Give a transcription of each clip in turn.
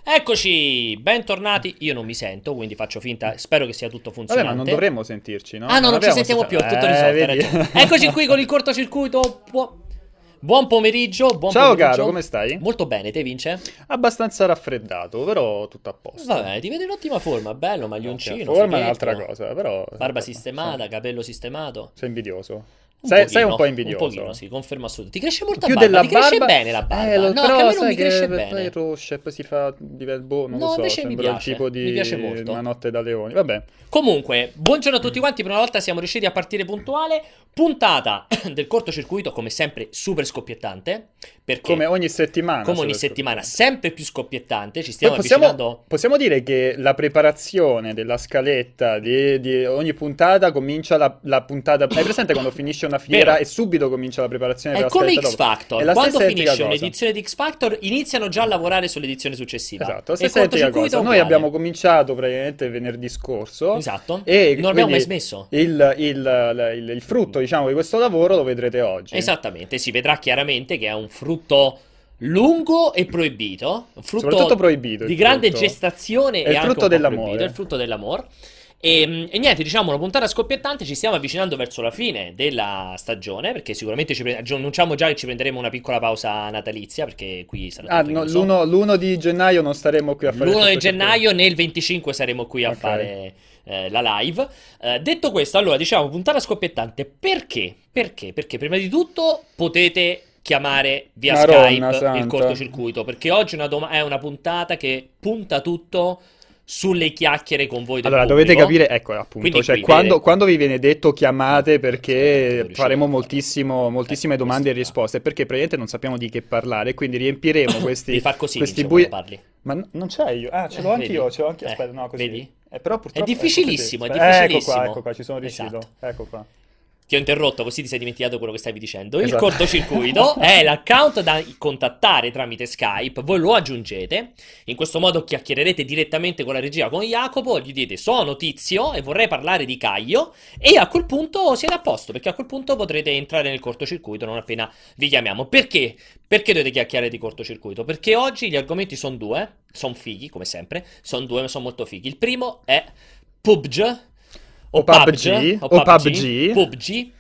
Eccoci, bentornati. Io non mi sento, quindi faccio finta. Spero che sia tutto Vabbè, funzionante. ma non dovremmo sentirci, no? Ah, no, non ci abbiamo sentiamo più. È tutto risolto. Hai vedi? ragione. Eccoci qui con il cortocircuito. Buon pomeriggio. Buon Ciao pomeriggio. caro, come stai? Molto bene, te Vince? Abbastanza raffreddato, però tutto a posto. Va bene, ti vedo in ottima forma. Bello, maglioncino. Forma è fighetto. un'altra cosa, però... Barba sistemata, capello sistemato. Sei invidioso. Un Sei pochino, un po' invidioso. Un pochino, sì, confermo assolutamente. Ti cresce molta Più barba, della ti cresce barba... bene la barba. No, però che a me non sai mi cresce che bene. poi roscia e poi si fa... boh, non No, lo so, invece mi sembra il piace, tipo di... mi piace molto. Una notte da leoni. Vabbè. Comunque, buongiorno a tutti quanti, per una volta siamo riusciti a partire puntuale. Puntata del cortocircuito, come sempre, super scoppiettante. Perché, Come ogni settimana. come ogni settimana, sempre più scoppiettante. Ci stiamo Poi avvicinando. possiamo dire che la preparazione della scaletta di ogni puntata comincia la puntata. Hai presente quando finisce una fiera Vero. e subito comincia la preparazione È della come scaletta X dopo? È Factor. la Quando stessa identica finisce cosa. un'edizione di X Factor, iniziano già a lavorare sull'edizione successiva. Esatto, la E il stessa identica cortocircuito cosa. è Noi uguale. abbiamo cominciato praticamente venerdì scorso. Esatto. E Non abbiamo mai quindi smesso. il frutto, diciamo, di questo lavoro lo vedrete oggi. Esattamente, si vedrà chiaramente che è un frutto lungo e proibito, un frutto Soprattutto proibito, di il grande frutto. gestazione È e il anche frutto un po' dell'amore. proibito, è il frutto dell'amore. E niente, diciamo una puntata scoppiettante, ci stiamo avvicinando verso la fine della stagione, perché sicuramente annunciamo già che ci prenderemo una piccola pausa natalizia, perché qui sarà tutto chiuso. L'1 di gennaio non staremo qui a fare L'1 di tutto gennaio, nel 25 saremo qui a Ok. fare la live. Detto questo, allora diciamo puntata scoppiettante perché? Perché prima di tutto potete chiamare via Madonna Skype il santa. cortocircuito, perché oggi è una puntata che punta tutto sulle chiacchiere con voi del Allora, pubblico. dovete capire, ecco appunto, Quindi cioè qui, quando vi viene detto chiamate perché Aspetta, faremo riuscirò a farlo. moltissime Ecco, domande e questo risposte, perché praticamente non sappiamo di che parlare, quindi riempiremo questi, Devi far così, questi Vince, quando bui... parli. Ma non c'è io, ce l'ho Vedi? anch'io, ce l'ho anch'io, aspetta, no, così. Vedi? Però È purtroppo... difficilissimo, ecco è così. difficilissimo. Ecco qua, ci sono riuscito, Esatto. ecco qua. Ti ho interrotto così ti sei dimenticato quello che stavi dicendo. Il Esatto. cortocircuito è l'account da contattare tramite Skype. Voi lo aggiungete. In questo modo chiacchiererete direttamente con la regia, con Jacopo. Gli dite: sono Tizio e vorrei parlare di Caio. E a quel punto siete a posto. Perché a quel punto potrete entrare nel cortocircuito non appena vi chiamiamo. Perché? Perché dovete chiacchierare di cortocircuito? Perché oggi gli argomenti sono due. Sono fighi, come sempre. Sono due, ma sono molto fighi. Il primo è PUBG. O PUBG, PUBG.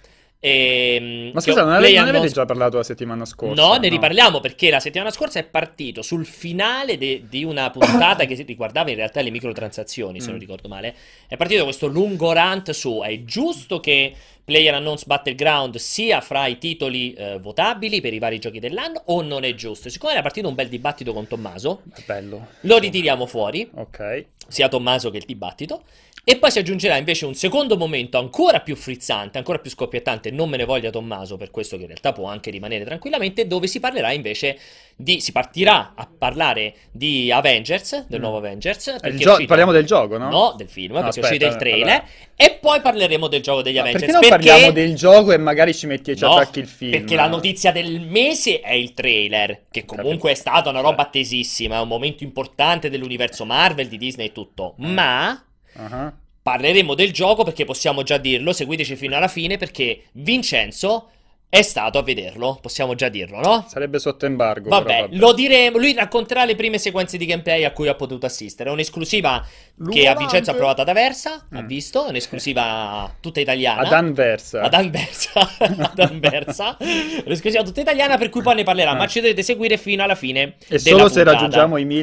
Ma scusa, non ne avete già parlato la settimana scorsa? No, ne riparliamo perché la settimana scorsa è partito sul finale di una puntata che riguardava in realtà le microtransazioni, se non ricordo male. È partito questo lungo rant su: è giusto che PlayerUnknown's Battleground sia fra i titoli votabili per i vari giochi dell'anno o non è giusto? Siccome era partito un bel dibattito con Tommaso, Bello. lo ritiriamo fuori, Ok. sia Tommaso che il dibattito. E poi si aggiungerà invece un secondo momento ancora più frizzante, ancora più scoppiettante, non me ne voglia Tommaso, per questo che in realtà può anche rimanere tranquillamente, dove si parlerà invece si partirà a parlare di Avengers, del nuovo Avengers. Perché è uscito- Parliamo del gioco, no? No, del film, No, perché è uscito il aspetta, trailer. allora. E poi parleremo del gioco degli Ma Avengers. perché non parliamo del gioco e magari ci attacchi il film? Perché la notizia del mese è il trailer, che comunque è stata una roba attesissima, è un momento importante dell'universo Marvel, di Disney e tutto. Ma Ah. parleremo del gioco perché possiamo già dirlo, seguiteci fino alla fine perché Vincenzo è stato a vederlo, possiamo già dirlo, no? Sarebbe sotto embargo. Vabbè, però lo diremo, lui racconterà le prime sequenze di gameplay a cui ho potuto assistere. È un'esclusiva che a Vincenzo ha provato ad Aversa, ha visto, è un'esclusiva tutta italiana. Ad Anversa. Ad Anversa, ad Anversa, un'esclusiva tutta italiana per cui poi ne parlerà, ma ci dovete seguire fino alla fine E della solo se puntata. raggiungiamo i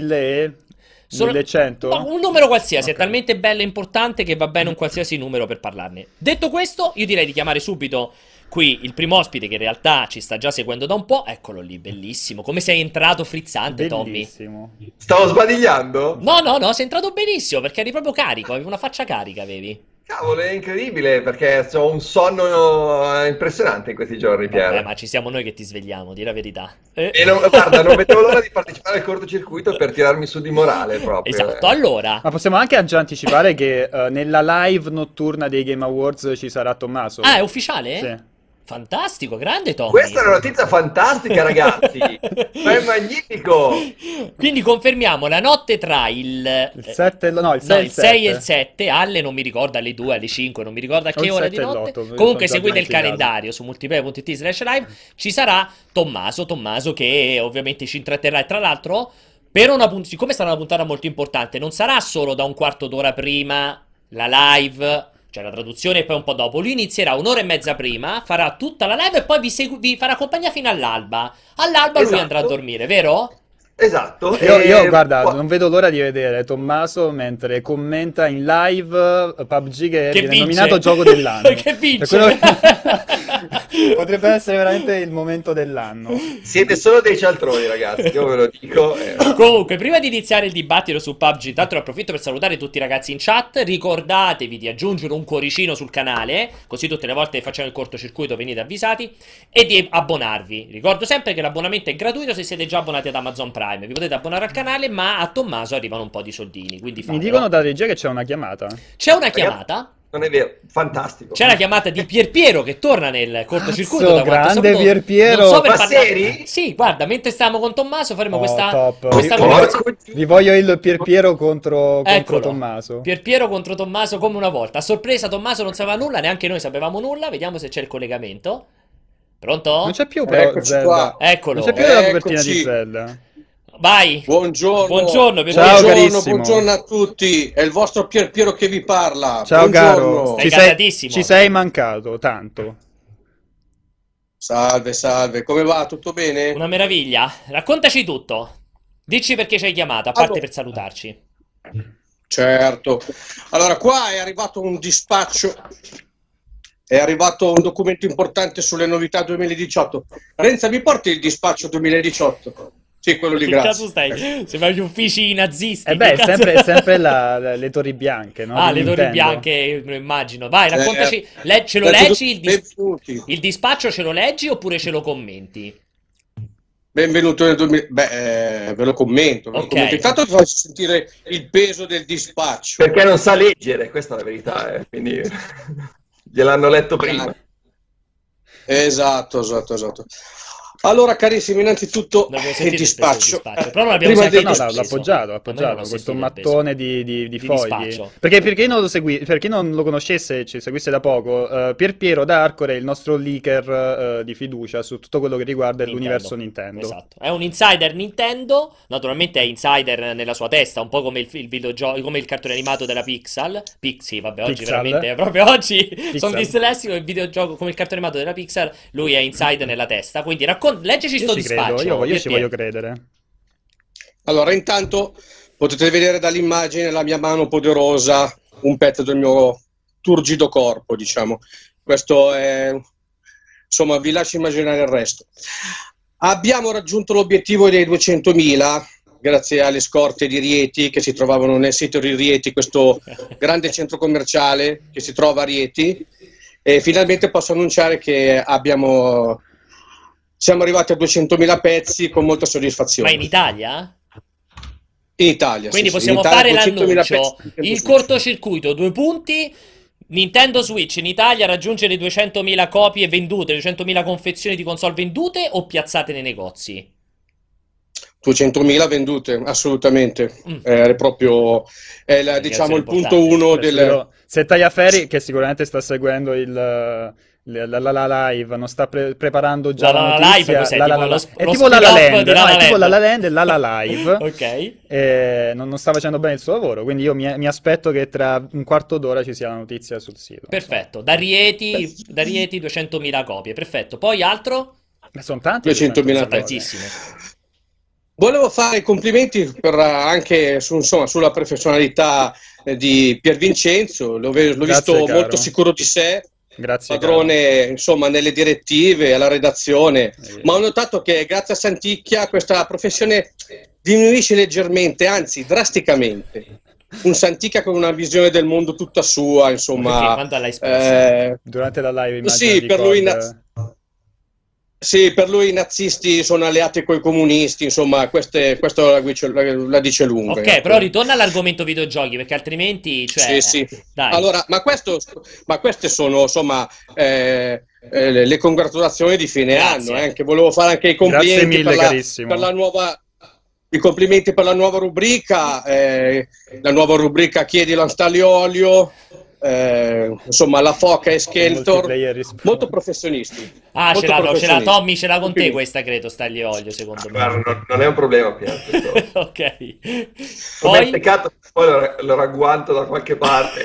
1100? No, un numero qualsiasi, Ok. è talmente bello e importante che va bene un qualsiasi numero per parlarne. Detto questo, io direi di chiamare subito qui il primo ospite che in realtà ci sta già seguendo da un po'. Eccolo lì, bellissimo. Come sei entrato frizzante, Tommy. Bellissimo. Stavo sbadigliando? No, sei entrato benissimo perché eri proprio carico, avevi una faccia carica, avevi. Cavolo, è incredibile perché ho un sonno impressionante in questi giorni, Piero. Vabbè, ma ci siamo noi che ti svegliamo, di la verità. Guarda, non vedevo l'ora di partecipare al cortocircuito per tirarmi su di morale proprio. Esatto, allora. Ma possiamo anche già anticipare che nella live notturna dei Game Awards ci sarà Tommaso. Ah, è ufficiale? Sì. Fantastico, grande Tommy. Questa è una notizia fantastica, ragazzi. Ma è magnifico. Quindi confermiamo la notte tra il 7, no, il 6 no, e il 6 e il 7 alle, non mi ricordo, alle 2, alle 5, non mi ricordo a O che il ora di 7 e notte. l'8, mi Comunque sono già seguite il dimenticato. calendario su multiplayer.it/live. Ci sarà Tommaso che ovviamente ci intratterrà. E tra l'altro siccome sarà una puntata molto importante, non sarà solo da un quarto d'ora prima la live, cioè la traduzione e poi un po' dopo. Lui inizierà un'ora e mezza prima, farà tutta la live e poi vi farà compagnia fino all'alba. All'alba lui andrà a dormire, vero? Esatto. Io guarda, non vedo l'ora di vedere Tommaso mentre commenta in live PUBG che viene vince. nominato gioco dell'anno. Che vince. Potrebbe essere veramente il momento dell'anno. Siete solo dei cialtroni, ragazzi, io ve lo dico. Comunque, prima di iniziare il dibattito su PUBG, intanto ne approfitto per salutare tutti i ragazzi in chat. Ricordatevi di aggiungere un cuoricino sul canale, così tutte le volte che facciamo il cortocircuito venite avvisati, e di abbonarvi. Ricordo sempre che l'abbonamento è gratuito se siete già abbonati ad Amazon Prime. Vi potete abbonare al canale, ma a Tommaso arrivano un po' di soldini, quindi fatelo. Mi dicono da regia che c'è una chiamata. C'è una chiamata? Non è vero, fantastico. C'è la chiamata di Pierpiero che torna nel cortocircuito. Da grande Pierpiero. Non so per Ma parlare. seri? Sì, guarda, mentre stiamo con Tommaso faremo questa Porco Vi voglio il Pierpiero contro Eccolo. Tommaso. Pierpiero contro Tommaso come una volta. A sorpresa Tommaso non sapeva nulla, neanche noi sapevamo nulla. Vediamo se c'è il collegamento. Pronto? Non c'è più però Eccoci Zelda. qua. Eccolo. Non c'è più la copertina Eccoci. di Zelda. Vai. Buongiorno. Buongiorno, Ciao, carissimo. Buongiorno a tutti. È il vostro Pierpiero che vi parla. Ciao Buongiorno. caro. Stai gasatissimo. Ci sei mancato tanto. Salve, salve. Come va? Tutto bene? Una meraviglia. Raccontaci tutto. Dici perché ci hai chiamato, a parte Allora. per salutarci. Certo. Allora, qua è arrivato un dispaccio. È arrivato un documento importante sulle novità 2018. Renza, mi porti il dispaccio 2018? Sì, quello lì, Che grazie. cazzo stai? Sembra gli uffici nazisti. E beh, Che cazzo- è sempre le torri bianche, no? Ah, di le torri Nintendo. bianche, me lo immagino. Vai, raccontaci. Ce lo Benvenuti- leggi benvenuti. il dispaccio? Ce lo leggi oppure ce lo commenti? Benvenuto nel 2000. Beh, ve lo commento. Ve lo Ok. commento. Intanto vi faccio sentire il peso del dispaccio. Perché non sa leggere, questa è la verità, quindi gliel'hanno letto prima. Esatto. Allora, carissimi, innanzitutto L'avevo il sentito il dispaccio. peso del dispaccio, però non l'abbiamo Prima sempre del No, l'ho speso. appoggiato, Almeno non ho questo sentito il peso. mattone di fogli. dispaccio. Perché per chi non lo conoscesse, ci seguisse da poco, Pierpiero D'Arcore è il nostro leaker di fiducia su tutto quello che riguarda l'universo Nintendo. Esatto. È un insider Nintendo, naturalmente è insider nella sua testa, un po' come il videogioco, come il cartone animato della Pixar. Pixie, vabbè, oggi Pixar. veramente, proprio oggi Pixar. sono dislessico, il videogioco come il cartone animato della Pixar, lui è insider nella testa. Quindi leggici Io sto ci dispaccio. credo, io ci Pierpiero. voglio credere. Allora, intanto potete vedere dall'immagine la mia mano poderosa, un pezzo del mio turgido corpo, diciamo. Questo è... Insomma, vi lascio immaginare il resto. Abbiamo raggiunto l'obiettivo dei 200.000, grazie alle scorte di Rieti che si trovavano nel sito di Rieti, questo grande centro commerciale che si trova a Rieti. E finalmente posso annunciare che siamo arrivati a 200.000 pezzi con molta soddisfazione. Ma in Italia? In Italia, Quindi sì, possiamo in Italia fare 200.000 l'annuncio. pezzi di Il Switch. cortocircuito, 2 punti. Nintendo Switch in Italia raggiunge le 200.000 copie vendute, 200.000 confezioni di console vendute o piazzate nei negozi? 200.000 vendute, assolutamente. Mm. È proprio diciamo il punto uno del... Se Tagliaferri, che sicuramente sta seguendo la live, non sta preparando già La la live, notizia, cos'è? la Tipo la lo è lo tipo la spin-off Land, di La no, La è tipo Land. la Land e la live. Ok. Non sta facendo bene il suo lavoro, quindi io mi aspetto che tra un quarto d'ora ci sia la notizia sul sito. Perfetto. Da Rieti 200.000 copie. Perfetto. Poi altro? Sono tanti. 200.000 Sono copie. tantissime. Volevo fare i complimenti anche sulla professionalità di Pier Vincenzo, l'ho Grazie, visto caro. molto sicuro di sé, Grazie, padrone insomma nelle direttive, alla redazione, caro. ma ho notato che grazie a Santicchia questa professione diminuisce leggermente, anzi drasticamente. Un Santicchia con una visione del mondo tutta sua, Perché insomma. quando l'hai espressa? Durante la live immagino Sì, per lui Sì, per lui i nazisti sono alleati coi comunisti, insomma, questo la dice lunga. Ok, però ritorna all'argomento videogiochi, perché altrimenti, cioè, Sì. dai. Allora, ma queste sono, insomma, le congratulazioni di fine Grazie. anno, che volevo fare anche i complimenti Grazie mille, carissimo. per la nuova... I complimenti per la nuova rubrica Chiedilo a Stanlio Olio, insomma la Foca e Skeletor, Multiplayer risponde. molto professionisti. Ah, Molto ce l'ha professionisti. Tommy, ce l'ha con te Quindi- questa, credo, Stagli e Olio, secondo me. Guarda, non è un problema, Pier, questo. Ok. Come Poi... peccato, poi lo ragguanto da qualche parte.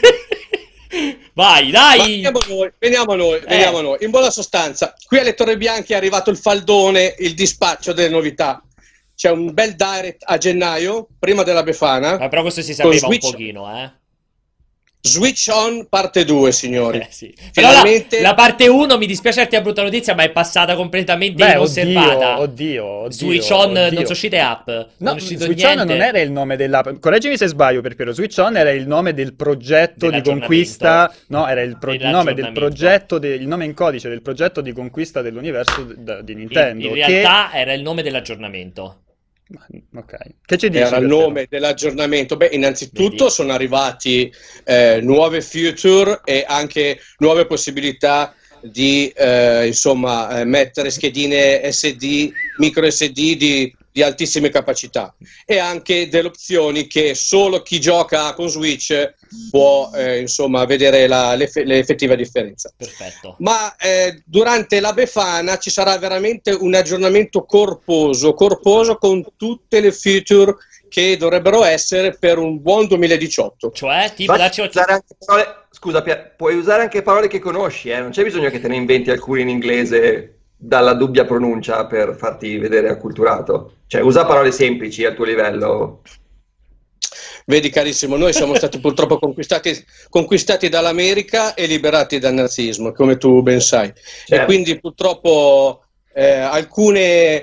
Vai, Ma dai! veniamo a noi. In buona sostanza, qui alle Torre Bianche è arrivato il faldone, il dispaccio delle novità. C'è un bel direct a gennaio, prima della Befana. Però questo si con sapeva un Switch. pochino, eh. Switch On parte 2, signori. Sì. Però Finalmente... la parte 1, mi dispiace darti la brutta notizia, ma è passata completamente Beh, inosservata. oddio. Switch On non oddio. sono uscite app. No, Non è uscito Switch niente. On non era il nome dell'app. Correggimi se sbaglio, Piero. Switch On era il nome del progetto di conquista. No, era il nome del progetto, il nome in codice del progetto di conquista dell'universo di Nintendo. In realtà era il nome dell'aggiornamento. Ok. Che ci dici? Era il nome dell'aggiornamento. Beh, innanzitutto Vedi. sono arrivati nuove feature e anche nuove possibilità di mettere schedine SD, micro SD di altissime capacità, e anche delle opzioni che solo chi gioca con Switch può vedere l'effettiva differenza. Perfetto. Ma durante la Befana ci sarà veramente un aggiornamento corposo con tutte le feature che dovrebbero essere per un buon 2018. Cioè, tipo, dacci Usare anche parole... Scusa, puoi usare anche parole che conosci, non c'è bisogno che te ne inventi alcune in inglese dalla dubbia pronuncia per farti vedere acculturato. Cioè, usa parole semplici al tuo livello. Vedi, carissimo, noi siamo stati purtroppo conquistati dall'America e liberati dal nazismo, come tu ben sai. Certo. E quindi purtroppo alcune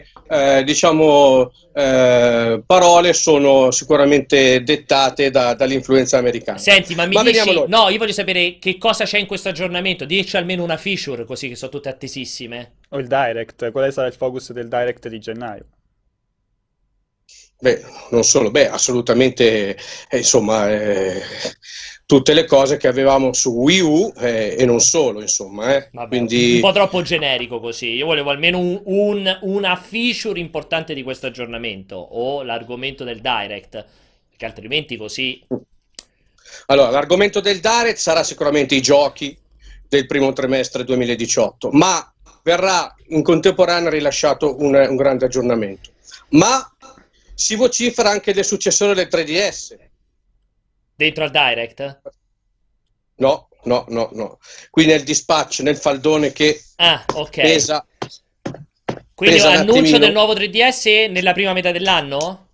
parole sono sicuramente dettate dall'influenza americana. Senti, ma mi veniamo dici... noi. No, io voglio sapere che cosa c'è in questo aggiornamento. Dici almeno una feature, così che sono tutte attesissime. O il Direct. Quale sarà il focus del Direct di gennaio? Beh, non solo, assolutamente, tutte le cose che avevamo su Wii U e non solo, Vabbè, Quindi... un po' troppo generico così. Io volevo almeno una feature importante di questo aggiornamento, o l'argomento del Direct, perché altrimenti così... Allora, l'argomento del Direct sarà sicuramente i giochi del primo trimestre 2018, ma verrà in contemporanea rilasciato un grande aggiornamento. Ma si vocifera anche del successore del 3DS. Dentro al Direct? No. Qui nel dispatch, nel faldone che Ah, ok. pesa. Quindi pesa un annuncio attimino. del nuovo 3DS nella prima metà dell'anno?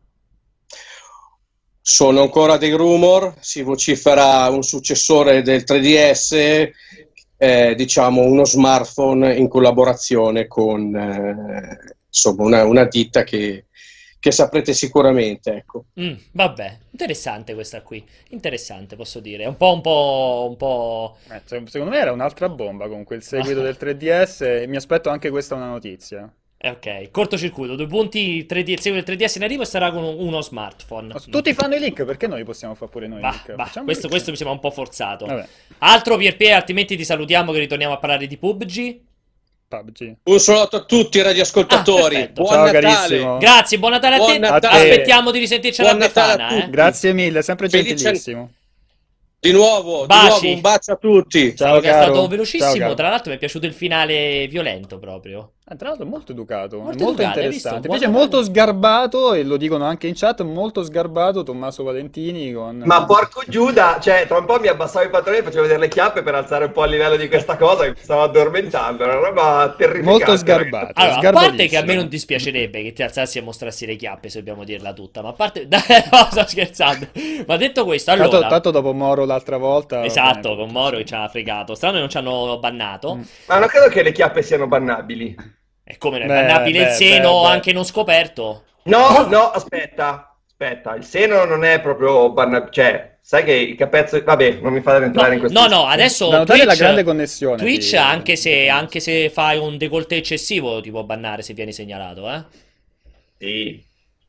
Sono ancora dei rumor, si vocifera un successore del 3DS, uno smartphone in collaborazione con una ditta che saprete sicuramente, ecco. Vabbè, interessante questa qui. Interessante, posso dire. È un po'... Secondo me era un'altra bomba comunque il seguito del 3DS. Mi aspetto anche questa una notizia. Ok, cortocircuito, 2 punti, 3D, il seguito del 3DS in arrivo e sarà con uno smartphone. Tutti fanno i leak, perché noi possiamo fare pure noi i leak? Facciamo questo i leak. mi sembra un po' forzato. Vabbè. Altro Pierpier, altrimenti ti salutiamo che ritorniamo a parlare di PUBG. PUBG. Un saluto a tutti i radioascoltatori, perfetto. buon Ciao, Natale. carissimo. Gracie, buon Natale a Buon te. Natale. Aspettiamo di risentirci alla Buon Natale a Befana, tutti. Grazie mille, sempre Felice- gentilissimo. Di nuovo, Baci. un bacio a tutti. Ciao, Che è caro. stato velocissimo, Ciao, caro. tra l'altro mi è piaciuto il finale violento proprio. Tra l'altro è molto educato, Molto è molto educato, hai interessante. visto? Invece è Buon molto sgarbato, e lo dicono anche in chat, molto sgarbato Tommaso Valentini con... Ma porco Giuda, cioè, tra un po' mi abbassavo i pantaloni e facevo vedere le chiappe per alzare un po' il livello di questa cosa, che mi stavo addormentando, era una roba terrificante. Molto sgarbato. Allora, a parte sgarbatissimo. che a me non dispiacerebbe che ti alzassi e mostrassi le chiappe, se dobbiamo dirla tutta, ma a parte... Dai, no, sto scherzando. Ma detto questo, allora... Tanto dopo Moro l'altra volta... Esatto, bene, con Moro che ci ha fregato. Strano che non ci hanno bannato. Ma non credo che le chiappe siano bannabili. E come non è Beh, bannabile il beh, seno beh. anche non scoperto? No, aspetta, il seno non è proprio bannabile, cioè, sai che il capezzo... Vabbè, non mi fate entrare in questo... No, adesso Da notare Twitch, la grande connessione Twitch di- anche se fai un décolleté eccessivo ti può bannare se vieni segnalato, eh? Sì.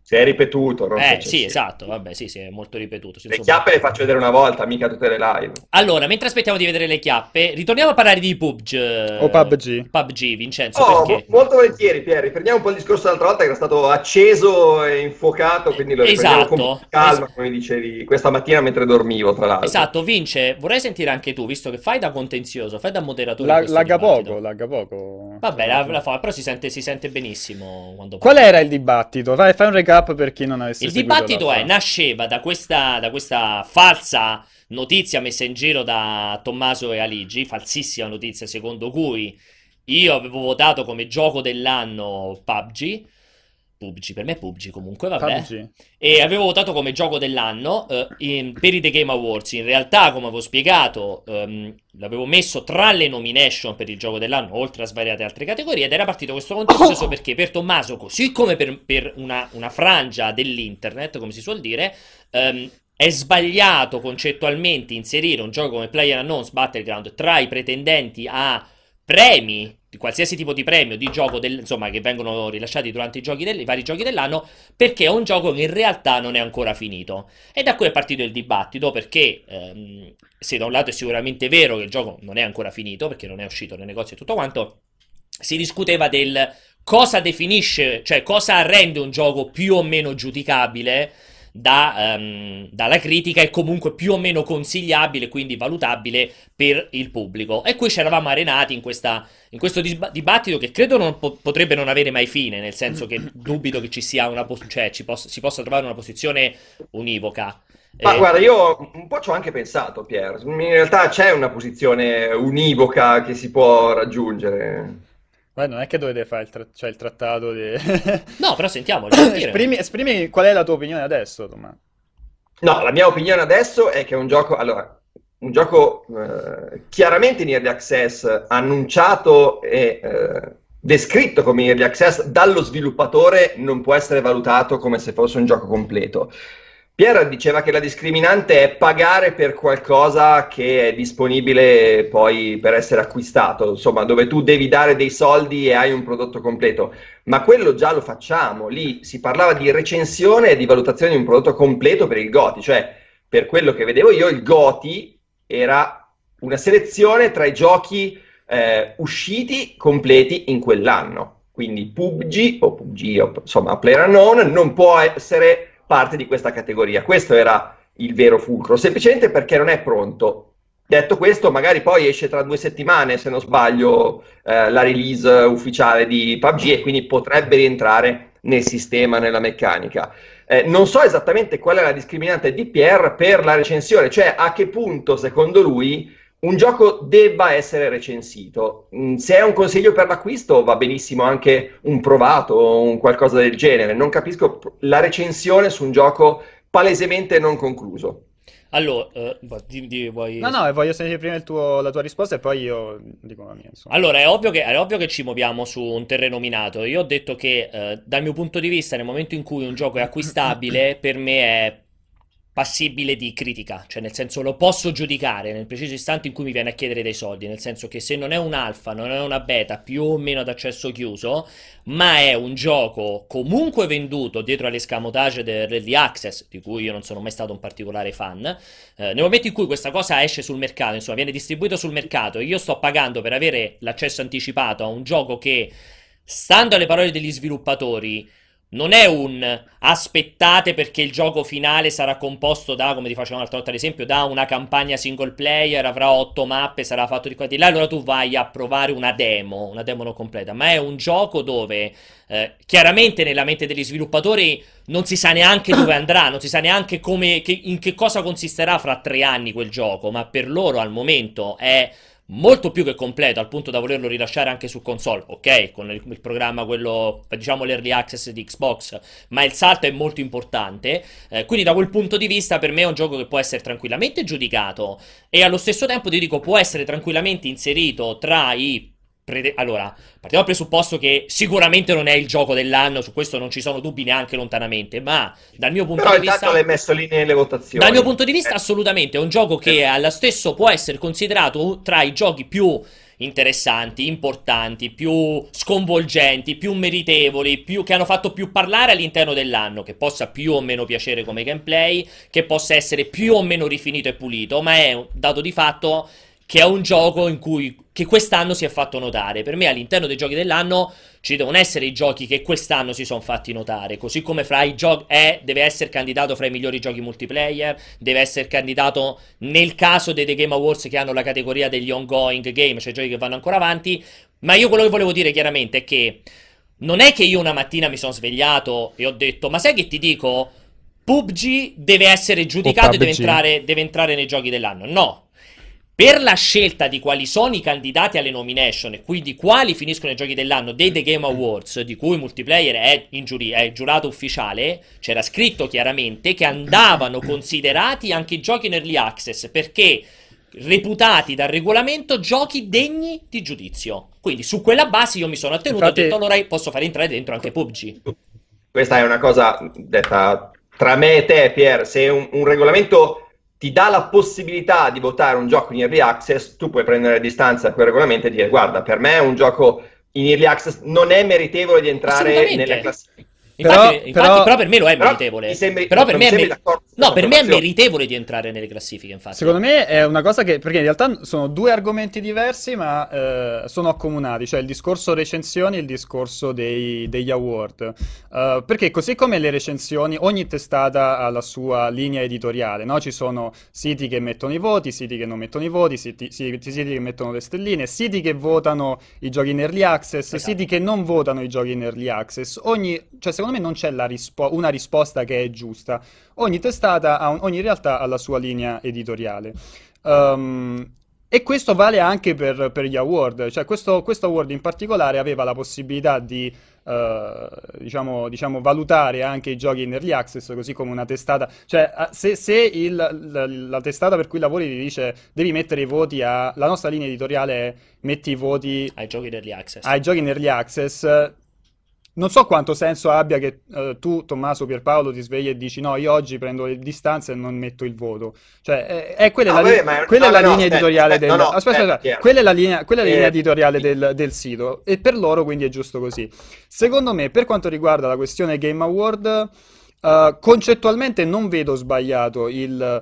Se è ripetuto, non se sì, esatto, vabbè, sì, è molto ripetuto. Le chiappe le faccio vedere una volta, mica tutte le live. Allora, mentre aspettiamo di vedere le chiappe, ritorniamo a parlare di PUBG. O PUBG. PUBG, Vincenzo, perché? Molto volentieri, Pier. Riprendiamo un po' il discorso dell'altra volta, che era stato acceso e infuocato, quindi lo riprendiamo con calma, come dicevi, questa mattina mentre dormivo, tra l'altro. Esatto, Vince, vorrei sentire anche tu, visto che fai da contenzioso, fai da moderatore. Lagga poco. Vabbè, la fa, però si sente benissimo quando Qual era il dibattito? Fai un recap per chi non avesse il seguito dibattito nasceva da questa falsa notizia messa in giro da Tommaso e Aligi, falsissima notizia secondo cui io avevo votato come gioco dell'anno PUBG, per me è PUBG comunque, vabbè, PUBG. E avevo votato come gioco dell'anno per i The Game Awards. In realtà, come avevo spiegato, l'avevo messo tra le nomination per il gioco dell'anno, oltre a svariate altre categorie, ed era partito questo contenzioso perché per Tommaso, così come per una frangia dell'internet, come si suol dire, è sbagliato concettualmente inserire un gioco come PlayerUnknown's Battleground tra i pretendenti a premi, di qualsiasi tipo di premio di gioco insomma, che vengono rilasciati durante i vari giochi dell'anno, perché è un gioco che in realtà non è ancora finito. E da qui è partito il dibattito, perché se da un lato è sicuramente vero che il gioco non è ancora finito, perché non è uscito nei negozi e tutto quanto, si discuteva del cosa definisce, cioè cosa rende un gioco più o meno giudicabile dalla critica e comunque più o meno consigliabile, quindi valutabile per il pubblico. E qui ci eravamo arenati in questo dibattito che credo potrebbe non avere mai fine, nel senso che dubito che ci sia si possa trovare una posizione univoca. Ma guarda, io un po' ci ho anche pensato, Pier. In realtà c'è una posizione univoca che si può raggiungere. Non è che dovete fare il trattato di... No, però sentiamo. Esprimi qual è la tua opinione adesso, Tommaso. No, la mia opinione adesso è che è un gioco... Allora, un gioco chiaramente in Early Access, annunciato e descritto come Early Access dallo sviluppatore, non può essere valutato come se fosse un gioco completo. Pier diceva che la discriminante è pagare per qualcosa che è disponibile poi per essere acquistato, insomma, dove tu devi dare dei soldi e hai un prodotto completo. Ma quello già lo facciamo, lì si parlava di recensione e di valutazione di un prodotto completo per il GOTY, cioè per quello che vedevo io il GOTY era una selezione tra i giochi usciti completi in quell'anno. Quindi PUBG o insomma PlayerUnknown non può essere parte di questa categoria. Questo era il vero fulcro, semplicemente perché non è pronto. Detto questo, magari poi esce tra 2 settimane, se non sbaglio, la release ufficiale di PUBG e quindi potrebbe rientrare nel sistema, nella meccanica. Non so esattamente qual è la discriminante di Pier per la recensione, cioè a che punto, secondo lui, un gioco debba essere recensito. Se è un consiglio per l'acquisto va benissimo anche un provato o un qualcosa del genere. Non capisco la recensione su un gioco palesemente non concluso. Allora, vuoi... No, voglio sentire prima la tua risposta e poi io dico la mia, insomma. Allora, è ovvio che ci muoviamo su un terreno minato. Io ho detto che dal mio punto di vista, nel momento in cui un gioco è acquistabile, per me è passibile di critica, cioè nel senso lo posso giudicare nel preciso istante in cui mi viene a chiedere dei soldi, nel senso che se non è un alfa, non è una beta più o meno ad accesso chiuso, ma è un gioco comunque venduto dietro all'escamotage dell'early access, di cui io non sono mai stato un particolare fan, nel momento in cui questa cosa esce sul mercato, insomma viene distribuito sul mercato e io sto pagando per avere l'accesso anticipato a un gioco che, stando alle parole degli sviluppatori, non è un aspettate perché il gioco finale sarà composto da, come ti facevo l'altra volta l'esempio, da una campagna single player, avrà 8 mappe, sarà fatto di qua e di là, allora tu vai a provare una demo non completa, ma è un gioco dove chiaramente nella mente degli sviluppatori non si sa neanche dove andrà, non si sa neanche in che cosa consisterà fra 3 anni quel gioco, ma per loro al momento è molto più che completo, al punto da volerlo rilasciare anche su console, ok? Con il programma, quello, diciamo, l'early access di Xbox, ma il salto è molto importante, quindi da quel punto di vista per me è un gioco che può essere tranquillamente giudicato e allo stesso tempo ti dico può essere tranquillamente inserito tra i... Allora, partiamo dal presupposto che sicuramente non è il gioco dell'anno, su questo non ci sono dubbi neanche lontanamente, ma dal mio punto di vista... Però intanto l'hai messo lì nelle votazioni. Dal mio punto di vista assolutamente, è un gioco che allo stesso può essere considerato tra i giochi più interessanti, importanti, più sconvolgenti, più meritevoli, che hanno fatto più parlare all'interno dell'anno, che possa più o meno piacere come gameplay, che possa essere più o meno rifinito e pulito, ma è un dato di fatto che è un gioco che quest'anno si è fatto notare. Per me all'interno dei giochi dell'anno ci devono essere i giochi che quest'anno si sono fatti notare, così come fra i giochi deve essere candidato fra i migliori giochi multiplayer, deve essere candidato nel caso dei The Game Awards che hanno la categoria degli ongoing game, cioè giochi che vanno ancora avanti. Ma io quello che volevo dire chiaramente è che non è che io una mattina mi sono svegliato e ho detto, ma sai che ti dico? PUBG deve essere giudicato e deve entrare nei giochi dell'anno. No. Per la scelta di quali sono i candidati alle nomination e quindi quali finiscono i giochi dell'anno dei The Game Awards, di cui Multiplayer è giurato ufficiale, c'era scritto chiaramente che andavano considerati anche i giochi in early access, perché reputati dal regolamento giochi degni di giudizio. Quindi su quella base io mi sono attenuto e ho detto allora posso fare entrare dentro anche PUBG. Questa è una cosa detta tra me e te, Pier. Se un regolamento ti dà la possibilità di votare un gioco in early access, tu puoi prendere a distanza da quel regolamento e dire guarda, per me un gioco in early access non è meritevole di entrare nelle classifiche. Infatti, però per me lo è meritevole. Però per me è meritevole di entrare nelle classifiche, infatti. Secondo me è una cosa perché in realtà sono due argomenti diversi, ma sono accomunati, cioè il discorso recensioni e il discorso degli award. Perché così come le recensioni, ogni testata ha la sua linea editoriale, no? Ci sono siti che mettono i voti, siti che non mettono i voti, siti che mettono le stelline, siti che votano i giochi in early access, esatto. Siti che non votano i giochi in early access. Cioè secondo me non c'è una risposta che è giusta. Ogni testata, ogni realtà ha la sua linea editoriale. E questo vale anche per gli award. Cioè questo award in particolare aveva la possibilità di diciamo valutare anche i giochi in early access, così come una testata. Cioè se la testata per cui lavori ti dice devi mettere i voti la nostra linea editoriale è metti i voti ai giochi in early access. Ai giochi in early access. Non so quanto senso abbia che tu, Tommaso, Pierpaolo, ti svegli e dici no, io oggi prendo le distanze e non metto il voto. Cioè, quella è la linea editoriale quella è la linea editoriale del sito, e per loro quindi è giusto così. Secondo me, per quanto riguarda la questione Game Award, concettualmente non vedo sbagliato il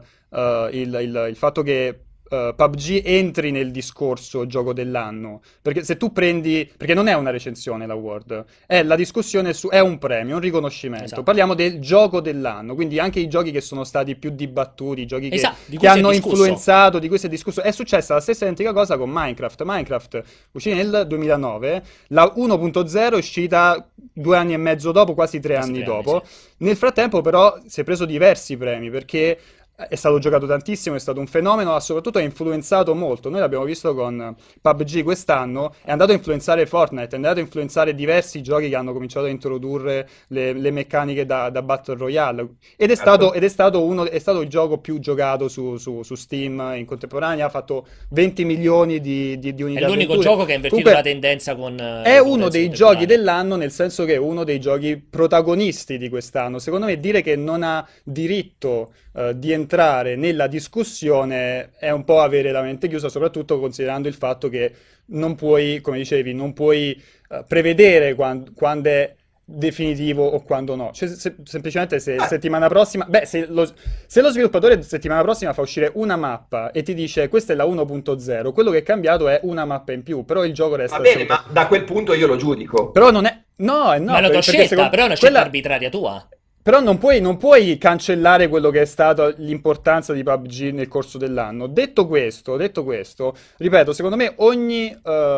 fatto che PUBG entri nel discorso gioco dell'anno, perché se tu prendi, perché non è una recensione l'award, è la discussione è un premio, un riconoscimento, esatto. Parliamo del gioco dell'anno, quindi anche i giochi che sono stati più dibattuti, i giochi che hanno influenzato, di cui si è discusso. È successa la stessa identica cosa con Minecraft uscì nel 2009, la 1.0 è uscita 2 anni e mezzo dopo, quasi 3 anni dopo. Nel frattempo però si è preso diversi premi, perché è stato giocato tantissimo, è stato un fenomeno, ma soprattutto ha influenzato molto. Noi l'abbiamo visto con PUBG quest'anno, è andato a influenzare Fortnite, è andato a influenzare diversi giochi che hanno cominciato a introdurre le meccaniche da Battle Royale, ed è stato il gioco più giocato su Steam in contemporanea, ha fatto 20 milioni di unità. È l'unico gioco che ha invertito la tendenza è uno dei giochi dell'anno, nel senso che è uno dei giochi protagonisti di quest'anno. Secondo me dire che non ha diritto di entrare nella discussione è un po' avere la mente chiusa, soprattutto considerando il fatto che non puoi, come dicevi, non puoi prevedere quando è definitivo o quando no. Cioè, semplicemente se settimana prossima, se lo sviluppatore settimana prossima fa uscire una mappa e ti dice questa è la 1.0, quello che è cambiato è una mappa in più, però il gioco resta. Va bene, ma da quel punto io lo giudico. Però non è ma è una tua scelta, però è una scelta arbitraria tua. Però non puoi cancellare quello che è stata l'importanza di PUBG nel corso dell'anno. Detto questo, ripeto, secondo me ogni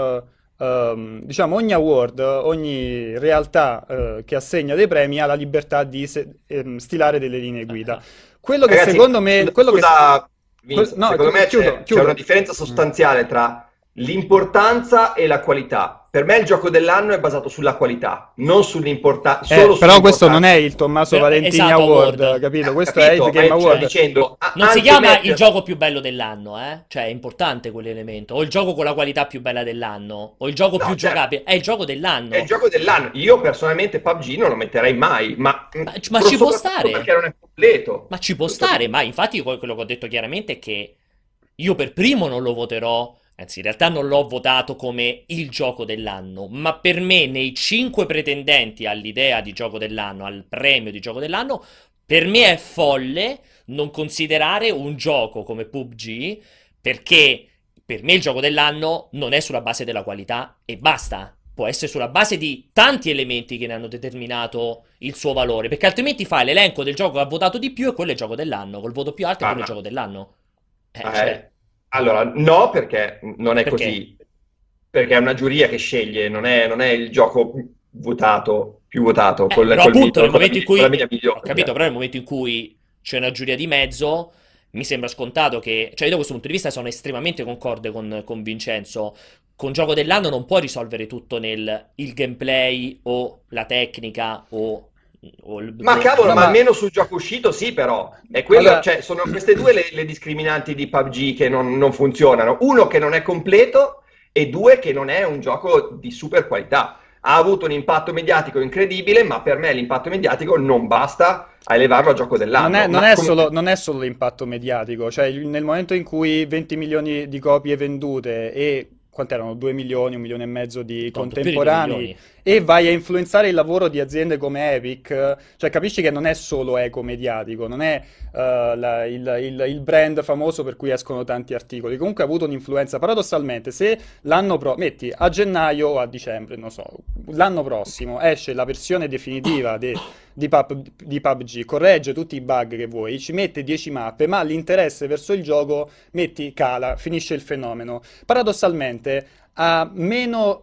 award, ogni realtà che assegna dei premi ha la libertà di stilare delle linee guida. Quello che Ragazzi, secondo me... secondo me c'è una differenza sostanziale tra l'importanza e la qualità. Per me il gioco dell'anno è basato sulla qualità, non sull'importanza. Però questo non è il Tommaso Valentini Award, capito? Questo è il Game Award. Non si chiama il gioco più bello dell'anno, Cioè è importante quell'elemento. O il gioco con la qualità più bella dell'anno, o il gioco più giocabile. È il gioco dell'anno. È il gioco dell'anno. Io personalmente PUBG non lo metterei mai, ma ci può stare. Perché non è completo. Ma ci può stare, ma infatti quello che ho detto chiaramente è che io per primo non lo voterò Anzi, in realtà non l'ho votato come il gioco dell'anno, ma per me nei 5 pretendenti all'idea di gioco dell'anno, al premio di gioco dell'anno, per me è folle non considerare un gioco come PUBG, perché per me il gioco dell'anno non è sulla base della qualità e basta. Può essere sulla base di tanti elementi che ne hanno determinato il suo valore, perché altrimenti fai l'elenco del gioco che ha votato di più e quello è il gioco dell'anno, col voto più alto e quello è il gioco dell'anno. Allora, no, perché non è Perché? così. Perché è una giuria che sceglie, non è il gioco votato, più votato. Però appunto nel momento in cui... con la media migliore. Ho capito, però nel momento in cui c'è una giuria di mezzo, mi sembra scontato che... Cioè io da questo punto di vista sono estremamente concorde con Vincenzo. Con gioco dell'anno non puoi risolvere tutto nel il gameplay o la tecnica o Ma cavolo, ma almeno sul gioco uscito sì, però. È quello, cioè, sono queste due le discriminanti di PUBG che non funzionano. Uno, che non è completo, e due, che non è un gioco di super qualità. Ha avuto un impatto mediatico incredibile, ma per me l'impatto mediatico non basta a elevarlo a gioco dell'anno. Non è solo l'impatto mediatico, cioè nel momento in cui 20 milioni di copie vendute e quant'erano? 2 milioni, 1 milione e mezzo di contemporanei, e vai a influenzare il lavoro di aziende come Epic, cioè capisci che non è solo eco mediatico, non è il brand famoso per cui escono tanti articoli, comunque ha avuto un'influenza. Paradossalmente, se metti a gennaio o a dicembre, non so, l'anno prossimo esce la versione definitiva di PUBG, corregge tutti i bug che vuoi, ci mette 10 mappe, ma l'interesse verso il gioco, cala, finisce il fenomeno. Paradossalmente ha meno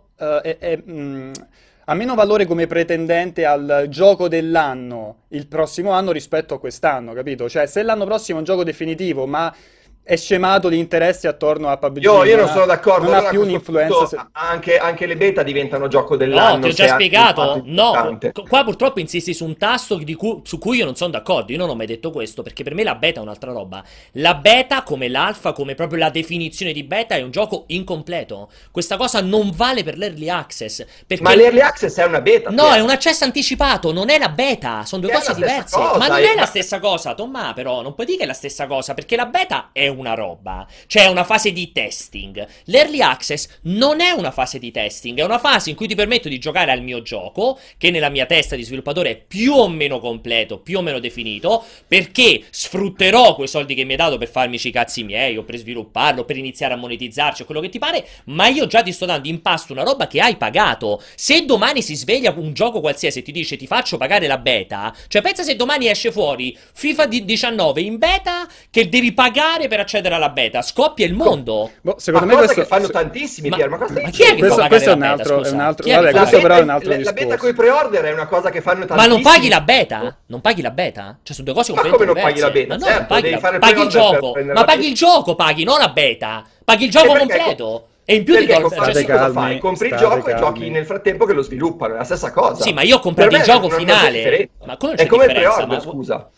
valore come pretendente al gioco dell'anno il prossimo anno rispetto a quest'anno, capito? Cioè, se l'anno prossimo è un gioco definitivo, ma è scemato l'interesse attorno a PUBG. Io non sono d'accordo. Non ha più un'influenza. Anche le beta diventano gioco dell'anno. No, ti ho già spiegato. No, qua purtroppo insisti su un tasto su cui io non sono d'accordo. Io non ho mai detto questo, perché per me la beta è un'altra roba. La beta, come l'alfa, come proprio la definizione di beta, è un gioco incompleto. Questa cosa non vale per l'early access. Ma l'early access è una beta. No, è un accesso anticipato, non è la beta. Sono due cose diverse. Ma non è la stessa cosa, Tomma, però. Non puoi dire che è la stessa cosa, perché la beta è una roba, cioè una fase di testing. L'early access non è una fase di testing, è una fase in cui ti permetto di giocare al mio gioco, che nella mia testa di sviluppatore è più o meno completo, più o meno definito, perché sfrutterò quei soldi che mi hai dato per farmici i cazzi miei, o per svilupparlo, per iniziare a monetizzarci, o quello che ti pare, ma io già ti sto dando in pasto una roba che hai pagato. Se domani si sveglia un gioco qualsiasi e ti dice ti faccio pagare la beta, cioè pensa se domani esce fuori FIFA 19 in beta che devi pagare per accedere alla beta, scoppia il mondo. Secondo me questo che fanno tantissimi, Pier, ma chi è che fa questo è un altro, vabbè, questo però è un altro discorso. La beta con i pre-order è una cosa che fanno tantissimi. Ma non paghi la beta? Non paghi la beta? Cioè sono due cose completamente diverse. Ma come non paghi la beta? Ma no, certo, devi fare paghi il gioco. Ma paghi il gioco, paghi, non la beta. Paghi il gioco completo. E in più ti do fai? Compri il gioco e giochi nel frattempo che lo sviluppano, è la stessa cosa. Sì, ma io ho comprato il gioco finale. Ma come c'è differenza? È come il pre-order, scusa.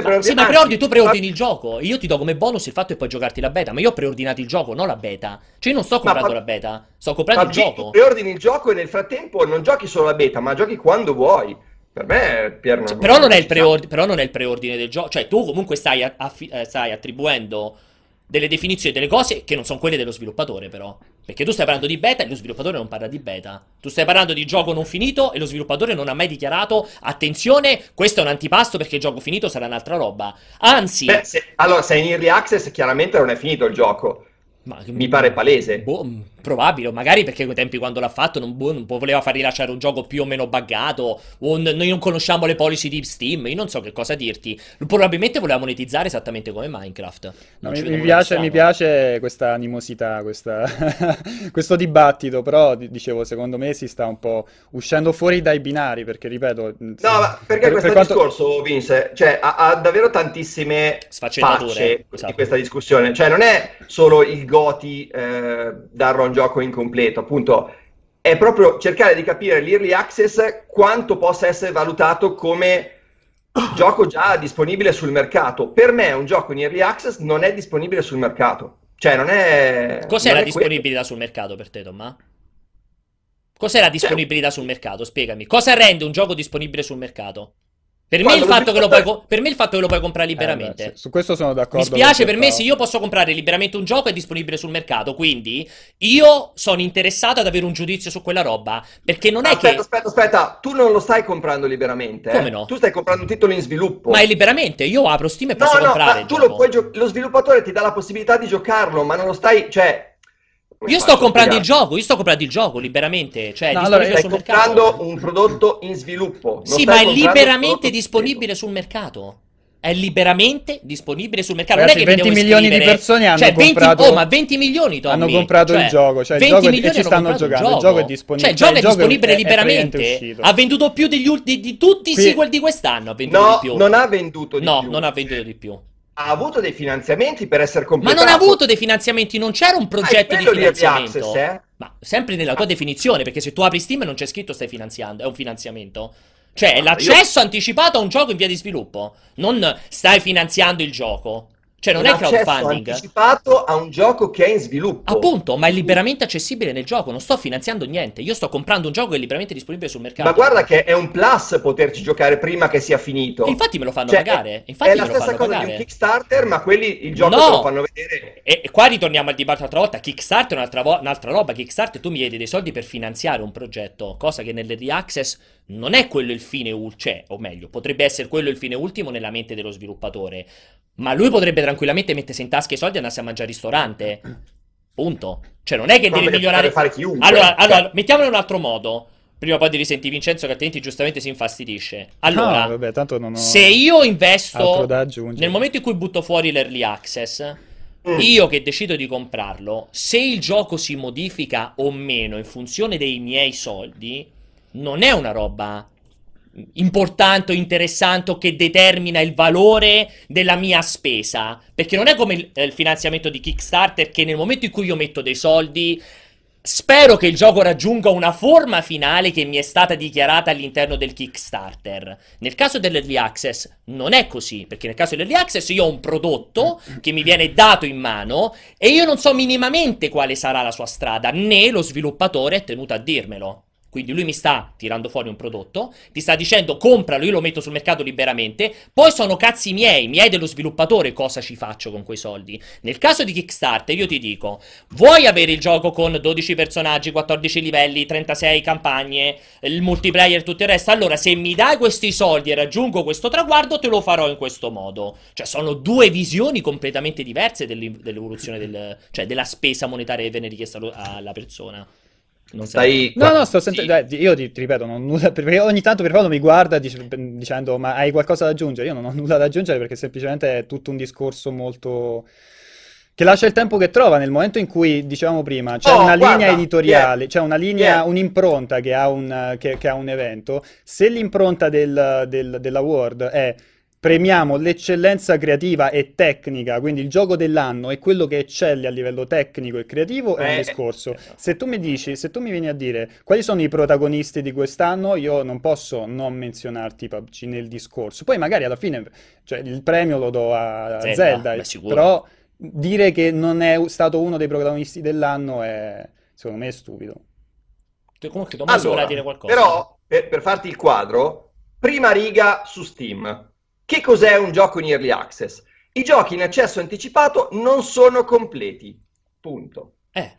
Tu preordini il gioco. Io ti do come bonus il fatto che puoi giocarti la beta. Ma io ho preordinato il gioco, non la beta. Cioè, io non sto comprando la beta, sto comprando il gioco. Tu preordini il gioco e nel frattempo non giochi solo la beta, ma giochi quando vuoi. Per me, Pier, però non è il preordine del gioco. Cioè, tu comunque stai attribuendo delle definizioni delle cose che non sono quelle dello sviluppatore, però. Perché tu stai parlando di beta e lo sviluppatore non parla di beta. Tu stai parlando di gioco non finito e lo sviluppatore non ha mai dichiarato attenzione, questo è un antipasto perché il gioco finito sarà un'altra roba. Anzi... allora, se è in early access chiaramente non è finito il gioco. Mi pare palese. Probabile, magari perché quei tempi quando l'ha fatto non voleva far rilasciare un gioco più o meno buggato, o noi non conosciamo le policy di Steam, io non so che cosa dirti. Probabilmente voleva monetizzare esattamente come Minecraft. Mi piace questa animosità, questo dibattito, però dicevo, secondo me si sta un po' uscendo fuori dai binari, perché ripeto... No, ma perché questo discorso, Vince, cioè ha davvero tantissime facce di questa discussione, cioè non è solo il Goti darlo a un gioco incompleto, appunto è proprio cercare di capire l'early access quanto possa essere valutato come gioco già disponibile sul mercato. Per me un gioco in early access non è disponibile sul mercato, cioè non è... Cos'è la disponibilità sul mercato per te, Tomma? Cos'è la disponibilità sul mercato? Spiegami, cosa rende un gioco disponibile sul mercato? Per me, il fatto che lo puoi comprare liberamente. Su questo sono d'accordo. Mi spiace, per me, se io posso comprare liberamente un gioco è disponibile sul mercato, quindi io sono interessato ad avere un giudizio su quella roba, perché non è che... Aspetta, tu non lo stai comprando liberamente. Come no? Tu stai comprando un titolo in sviluppo. Ma è liberamente, io apro Steam e posso comprare il gioco. Lo sviluppatore ti dà la possibilità di giocarlo, ma non lo stai... Io sto comprando il gioco liberamente, cioè stai comprando un prodotto in sviluppo. Sì, ma è liberamente disponibile sul mercato. È liberamente disponibile sul mercato. Ragazzi, non è che 20 milioni di persone hanno comprato. Ma 20 milioni, Tommy, hanno comprato il gioco. Cioè, 20 il gioco milioni ci stanno giocando. Il gioco è disponibile. Cioè, il gioco è disponibile liberamente. Ha venduto più di tutti i sequel di quest'anno. Ha venduto di più. Non ha venduto di più. No, non ha venduto di più. Ha avuto dei finanziamenti per essere completato. Ma non ha avuto dei finanziamenti, non c'era un progetto di finanziamento. Access, eh? Ma sempre nella tua definizione, perché se tu apri Steam non c'è scritto stai finanziando, è un finanziamento. Cioè, è l'accesso anticipato a un gioco in via di sviluppo. Non stai finanziando il gioco. Cioè, non è crowdfunding. È anticipato a un gioco che è in sviluppo. Appunto, ma è liberamente accessibile nel gioco. Non sto finanziando niente. Io sto comprando un gioco che è liberamente disponibile sul mercato. Ma guarda che è un plus poterci giocare prima che sia finito. E infatti me lo fanno pagare. Infatti è la stessa cosa di un Kickstarter, ma quelli il gioco te lo fanno vedere. E qua ritorniamo al dibattito l'altra volta. Kickstarter è un'altra roba. Kickstarter tu mi chiedi dei soldi per finanziare un progetto, cosa che nell'early access non è quello il fine ultimo, o meglio, potrebbe essere quello il fine ultimo nella mente dello sviluppatore. Ma lui potrebbe tranquillamente mettersi in tasca i soldi e andarsi a mangiare al ristorante. Punto. Cioè, non è che deve migliorare. Fare chiunque. Allora, mettiamolo in un altro modo. Prima o poi ti risenti Vincenzo, che altrimenti giustamente si infastidisce. Allora, no, vabbè, tanto non ho se io investo nel momento in cui butto fuori l'early access, io che decido di comprarlo, se il gioco si modifica o meno in funzione dei miei soldi, non è una roba importante o interessante che determina il valore della mia spesa, perché non è come il finanziamento di Kickstarter, che nel momento in cui io metto dei soldi spero che il gioco raggiunga una forma finale che mi è stata dichiarata all'interno del Kickstarter. Nel caso dell'early access non è così, perché nel caso dell'early access io ho un prodotto che mi viene dato in mano e io non so minimamente quale sarà la sua strada, né lo sviluppatore è tenuto a dirmelo. Quindi lui mi sta tirando fuori un prodotto, ti sta dicendo compralo, io lo metto sul mercato liberamente, poi sono cazzi miei dello sviluppatore cosa ci faccio con quei soldi. Nel caso di Kickstarter io ti dico, vuoi avere il gioco con 12 personaggi, 14 livelli, 36 campagne, il multiplayer e tutto il resto? Allora se mi dai questi soldi e raggiungo questo traguardo te lo farò in questo modo. Cioè sono due visioni completamente diverse dell'evoluzione della spesa monetaria che viene richiesta alla persona. Sto sentendo. Io ti ripeto, non ho nulla, perché ogni tanto per Paolo mi guarda dicendo ma hai qualcosa da aggiungere? Io non ho nulla da aggiungere perché semplicemente è tutto un discorso molto che lascia il tempo che trova. Nel momento in cui, dicevamo prima, c'è una linea editoriale, c'è una linea, un'impronta che ha un evento. Se l'impronta della World è premiamo l'eccellenza creativa e tecnica, quindi il gioco dell'anno è quello che eccelle a livello tecnico e creativo, è un discorso. Se tu mi vieni a dire quali sono i protagonisti di quest'anno, io non posso non menzionarti PUBG nel discorso. Poi magari alla fine, cioè, il premio lo do a Zelda, però dire che non è stato uno dei protagonisti dell'anno è, secondo me, è stupido. Comunque Tommaso vorrà dire qualcosa. Però, per farti il quadro, prima riga su Steam. Che cos'è un gioco in early access? I giochi in accesso anticipato non sono completi. Punto.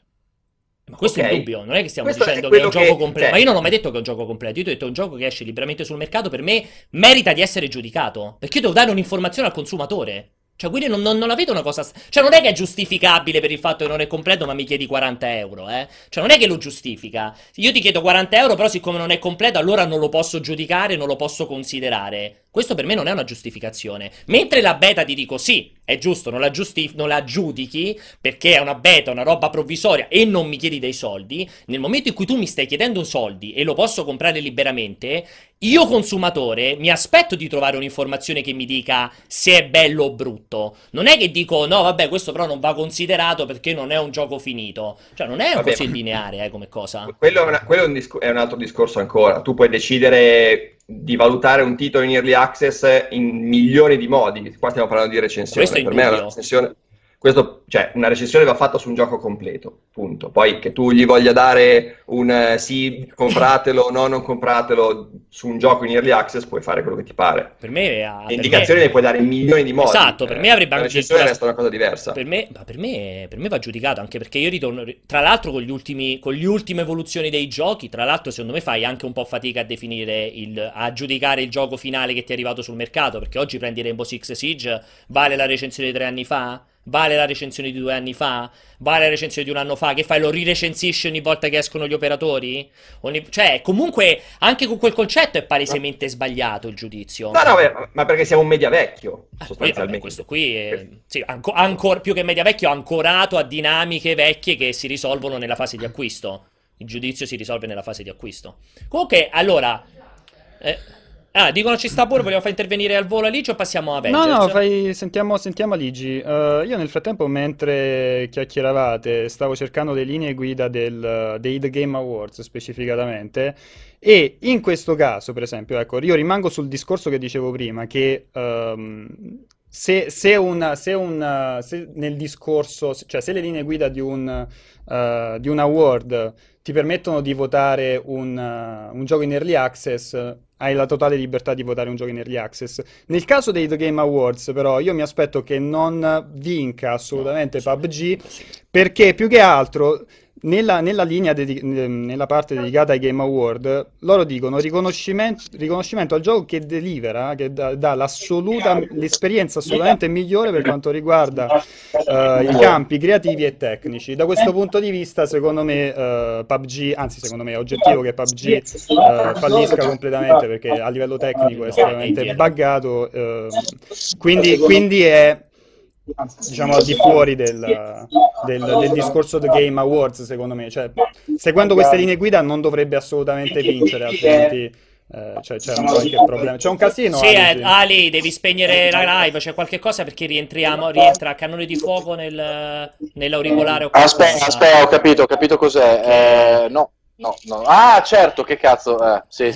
Ma questo è indubbio, non è che stiamo dicendo che è un gioco completo. Ma io non ho mai detto che è un gioco completo. Io ti ho detto che un gioco che esce liberamente sul mercato per me merita di essere giudicato. Perché io devo dare un'informazione al consumatore. Cioè, quindi non la vedo una cosa... Cioè, non è che è giustificabile per il fatto che non è completo, ma mi chiedi 40 euro, eh? Cioè, non è che lo giustifica. Io ti chiedo 40 euro, però siccome non è completo, allora non lo posso giudicare, non lo posso considerare. Questo per me non è una giustificazione. Mentre la beta ti dico sì, è giusto, non la giudichi, perché è una beta, una roba provvisoria e non mi chiedi dei soldi. Nel momento in cui tu mi stai chiedendo soldi e lo posso comprare liberamente, io consumatore mi aspetto di trovare un'informazione che mi dica se è bello o brutto. Non è che dico no vabbè questo però non va considerato perché non è un gioco finito. Cioè non è così lineare come cosa. Quello è un altro discorso ancora. Tu puoi decidere di valutare un titolo in early access in milioni di modi. Qua stiamo parlando di recensione. Per me è una recensione. Questo, cioè, una recensione va fatta su un gioco completo, punto. Poi che tu gli voglia dare un sì, compratelo, no, non compratelo, su un gioco in early access puoi fare quello che ti pare. Per me, indicazioni ne puoi dare in milioni di modi. Esatto, per me avrebbe la recensione resta una cosa diversa. Per me va giudicato, anche perché io ritorno, tra l'altro con le ultime evoluzioni dei giochi, tra l'altro secondo me fai anche un po' fatica a definire a giudicare il gioco finale che ti è arrivato sul mercato, perché oggi prendi Rainbow Six Siege, vale la recensione di 3 anni fa? Vale la recensione di 2 anni fa? Vale la recensione di un anno fa? Che fai? Lo rirecensisci ogni volta che escono gli operatori? Cioè, comunque, anche con quel concetto è palesemente sbagliato il giudizio. No, ma perché siamo un media vecchio, sostanzialmente. Questo qui è, sì, ancora più che media vecchio, ancorato a dinamiche vecchie che si risolvono nella fase di acquisto. Il giudizio si risolve nella fase di acquisto. Comunque, allora... dicono ci sta pure, vogliamo far intervenire al volo Aligi o passiamo a Avengers? No, sentiamo Aligi. Io nel frattempo, mentre chiacchieravate, stavo cercando le linee guida dei The Game Awards specificatamente, e in questo caso, per esempio, ecco, io rimango sul discorso che dicevo prima, che se nel discorso, cioè se le linee guida di un award ti permettono di votare un gioco in early access, hai la totale libertà di votare un gioco in early access. Nel caso dei The Game Awards, però, io mi aspetto che non vinca assolutamente PUBG, perché più che altro nella linea nella parte dedicata ai Game Award, loro dicono riconoscimento al gioco che delivera, che dà l'esperienza assolutamente migliore per quanto riguarda i campi creativi e tecnici. Da questo punto di vista, secondo me PUBG, anzi secondo me è oggettivo che PUBG fallisca completamente, perché a livello tecnico è estremamente buggato, quindi è, diciamo, al di fuori del discorso The Game Awards, secondo me. Cioè, seguendo queste linee guida non dovrebbe assolutamente vincere, altrimenti c'è un qualche problema. C'è un casino. Sì, Ali, devi spegnere la live, c'è qualche cosa, perché rientra a cannone di fuoco nell'auricolare o qualcosa. Aspetta, ho capito cos'è. No. Ah, certo, che cazzo. Sì.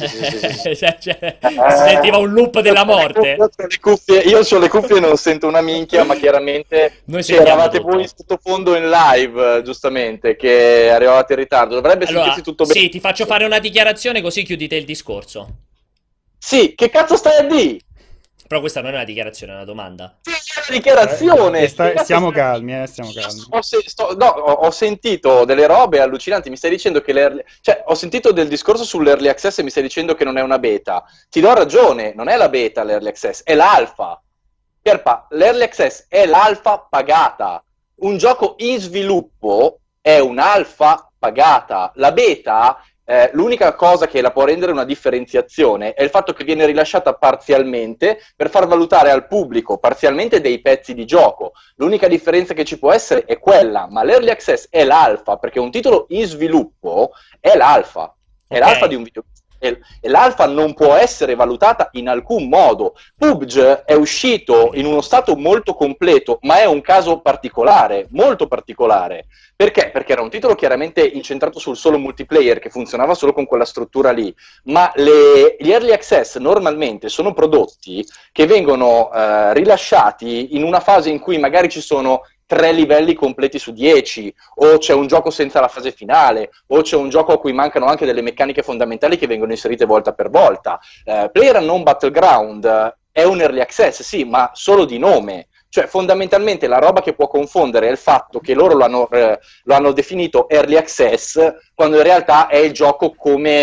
Sentiva un loop della morte. Io ho le cuffie e non sento una minchia, ma chiaramente eravate voi in sottofondo in live, giustamente, che arrivavate in ritardo. Dovrebbe sentirsi tutto bene. Sì, ti faccio fare una dichiarazione così chiudite il discorso. Sì, che cazzo stai a dire? Però questa non è una dichiarazione, è una domanda. Sì, è una dichiarazione. Stiamo calmi, stiamo calmi. Ho sentito delle robe allucinanti. Mi stai dicendo che ho sentito del discorso sull'early access e mi stai dicendo che non è una beta. Ti do ragione, non è la beta l'early access, è l'alfa. Pierpa, l'early access è l'alfa pagata. Un gioco in sviluppo è un'alfa pagata. La beta... l'unica cosa che la può rendere una differenziazione è il fatto che viene rilasciata parzialmente per far valutare al pubblico parzialmente dei pezzi di gioco. L'unica differenza che ci può essere è quella, ma l'early access è l'alfa, perché un titolo in sviluppo è l'alfa, è l'alfa di un videogioco. E l'alfa non può essere valutata in alcun modo. PUBG è uscito in uno stato molto completo, ma è un caso particolare, molto particolare. Perché? Perché era un titolo chiaramente incentrato sul solo multiplayer, che funzionava solo con quella struttura lì, ma gli early access normalmente sono prodotti che vengono rilasciati in una fase in cui magari ci sono 3 livelli completi su 10, o c'è un gioco senza la fase finale, o c'è un gioco a cui mancano anche delle meccaniche fondamentali che vengono inserite volta per volta. PlayerUnknown Battleground è un early access, sì, ma solo di nome. Cioè, fondamentalmente la roba che può confondere è il fatto che loro lo hanno definito early access, quando in realtà è il gioco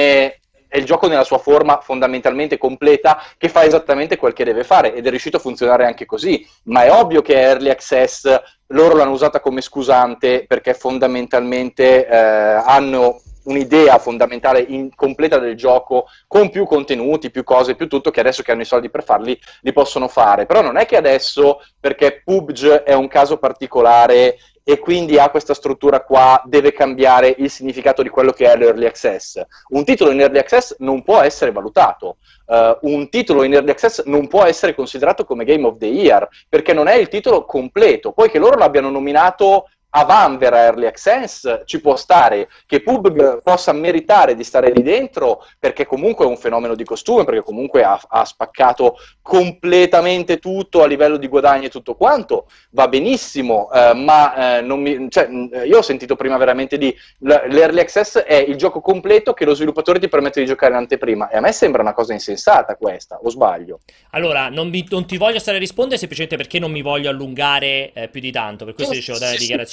nella sua forma fondamentalmente completa, che fa esattamente quel che deve fare, ed è riuscito a funzionare anche così. Ma è ovvio che early access loro l'hanno usata come scusante, perché fondamentalmente hanno un'idea fondamentale completa del gioco, con più contenuti, più cose, più tutto, che adesso che hanno i soldi per farli li possono fare. Però non è che adesso, perché PUBG è un caso particolare e quindi ha questa struttura qua, deve cambiare il significato di quello che è l'early access. Un titolo in early access non può essere valutato. Un titolo in early access non può essere considerato come Game of the Year, perché non è il titolo completo. Poi che loro l'abbiano nominato a vanvera Early Access ci può stare, che PUBG possa meritare di stare lì dentro perché comunque è un fenomeno di costume, perché comunque ha spaccato completamente tutto a livello di guadagni e tutto quanto, va benissimo, ma io ho sentito prima veramente l'Early Access è il gioco completo che lo sviluppatore ti permette di giocare in anteprima, e a me sembra una cosa insensata questa, o sbaglio? Allora, non ti voglio stare a rispondere semplicemente perché non mi voglio allungare più di tanto, per questo dicevo dalla dichiarazione.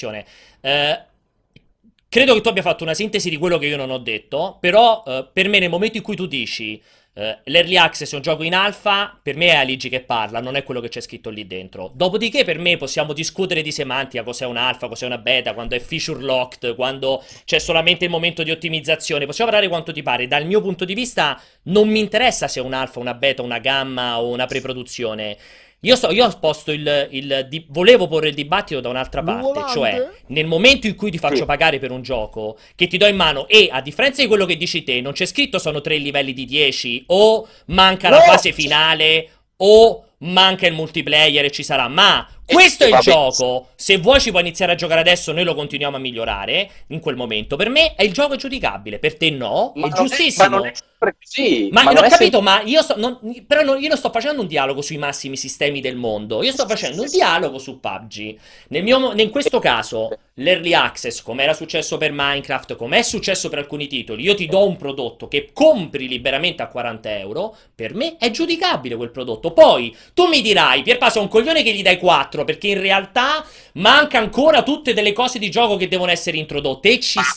Credo che tu abbia fatto una sintesi di quello che io non ho detto, però per me nel momento in cui tu dici l'Early Access è un gioco in alfa, per me è Aligi che parla, non è quello che c'è scritto lì dentro. Dopodiché per me possiamo discutere di semantica, cos'è un alfa, cos'è una beta, quando è feature locked, quando c'è solamente il momento di ottimizzazione, possiamo parlare quanto ti pare. Dal mio punto di vista non mi interessa se è un alfa, una beta, una gamma o una preproduzione. Io ho posto volevo porre il dibattito da un'altra parte, cioè nel momento in cui ti faccio pagare per un gioco che ti do in mano e a differenza di quello che dici te non c'è scritto sono 3 livelli di 10 o manca la fase finale o manca il multiplayer e ci sarà, ma questo è il gioco, se vuoi ci puoi iniziare a giocare adesso, noi lo continuiamo a migliorare in quel momento. Per me il gioco è giudicabile, per te no, è giustissimo. Ma non è sempre così. Ma non ho capito, ma io io non sto facendo un dialogo sui massimi sistemi del mondo, io sto facendo un dialogo su PUBG. In questo caso l'Early Access, come era successo per Minecraft, come è successo per alcuni titoli, io ti do un prodotto che compri liberamente a 40 euro, per me è giudicabile quel prodotto. Poi tu mi dirai, Pierpaolo è un coglione che gli dai 4, perché in realtà manca ancora tutte delle cose di gioco che devono essere introdotte, e ci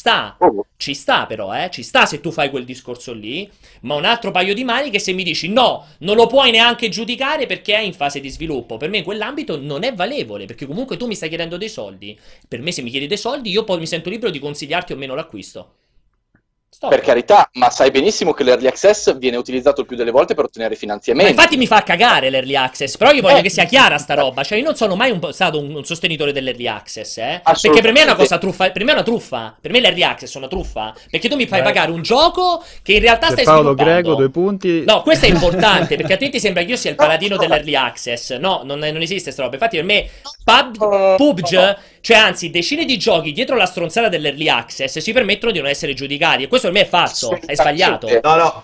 sta però, ci sta se tu fai quel discorso lì, ma un altro paio di maniche se mi dici no, non lo puoi neanche giudicare perché è in fase di sviluppo. Per me in quell'ambito non è valevole, perché comunque tu mi stai chiedendo dei soldi. Per me se mi chiedi dei soldi io poi mi sento libero di consigliarti o meno l'acquisto. Stop. Per carità, ma sai benissimo che l'Early Access viene utilizzato il più delle volte per ottenere finanziamenti. Ma infatti mi fa cagare l'Early Access, però io voglio che sia chiara sta roba. Cioè io non sono mai stato un sostenitore dell'Early Access, perché per me è una cosa truffa, per me è una truffa. Per me l'Early Access è una truffa, perché tu mi fai pagare un gioco che in realtà stai Paolo sviluppando. Greco, 2 punti. No, questo è importante, perché altrimenti sembra che io sia il paladino dell'Early Access. No, non esiste sta roba. Infatti per me PUBG, cioè anzi decine di giochi dietro la stronzata dell'Early Access si permettono di non essere giudicati, e questo per me è falso. È sbagliato. No,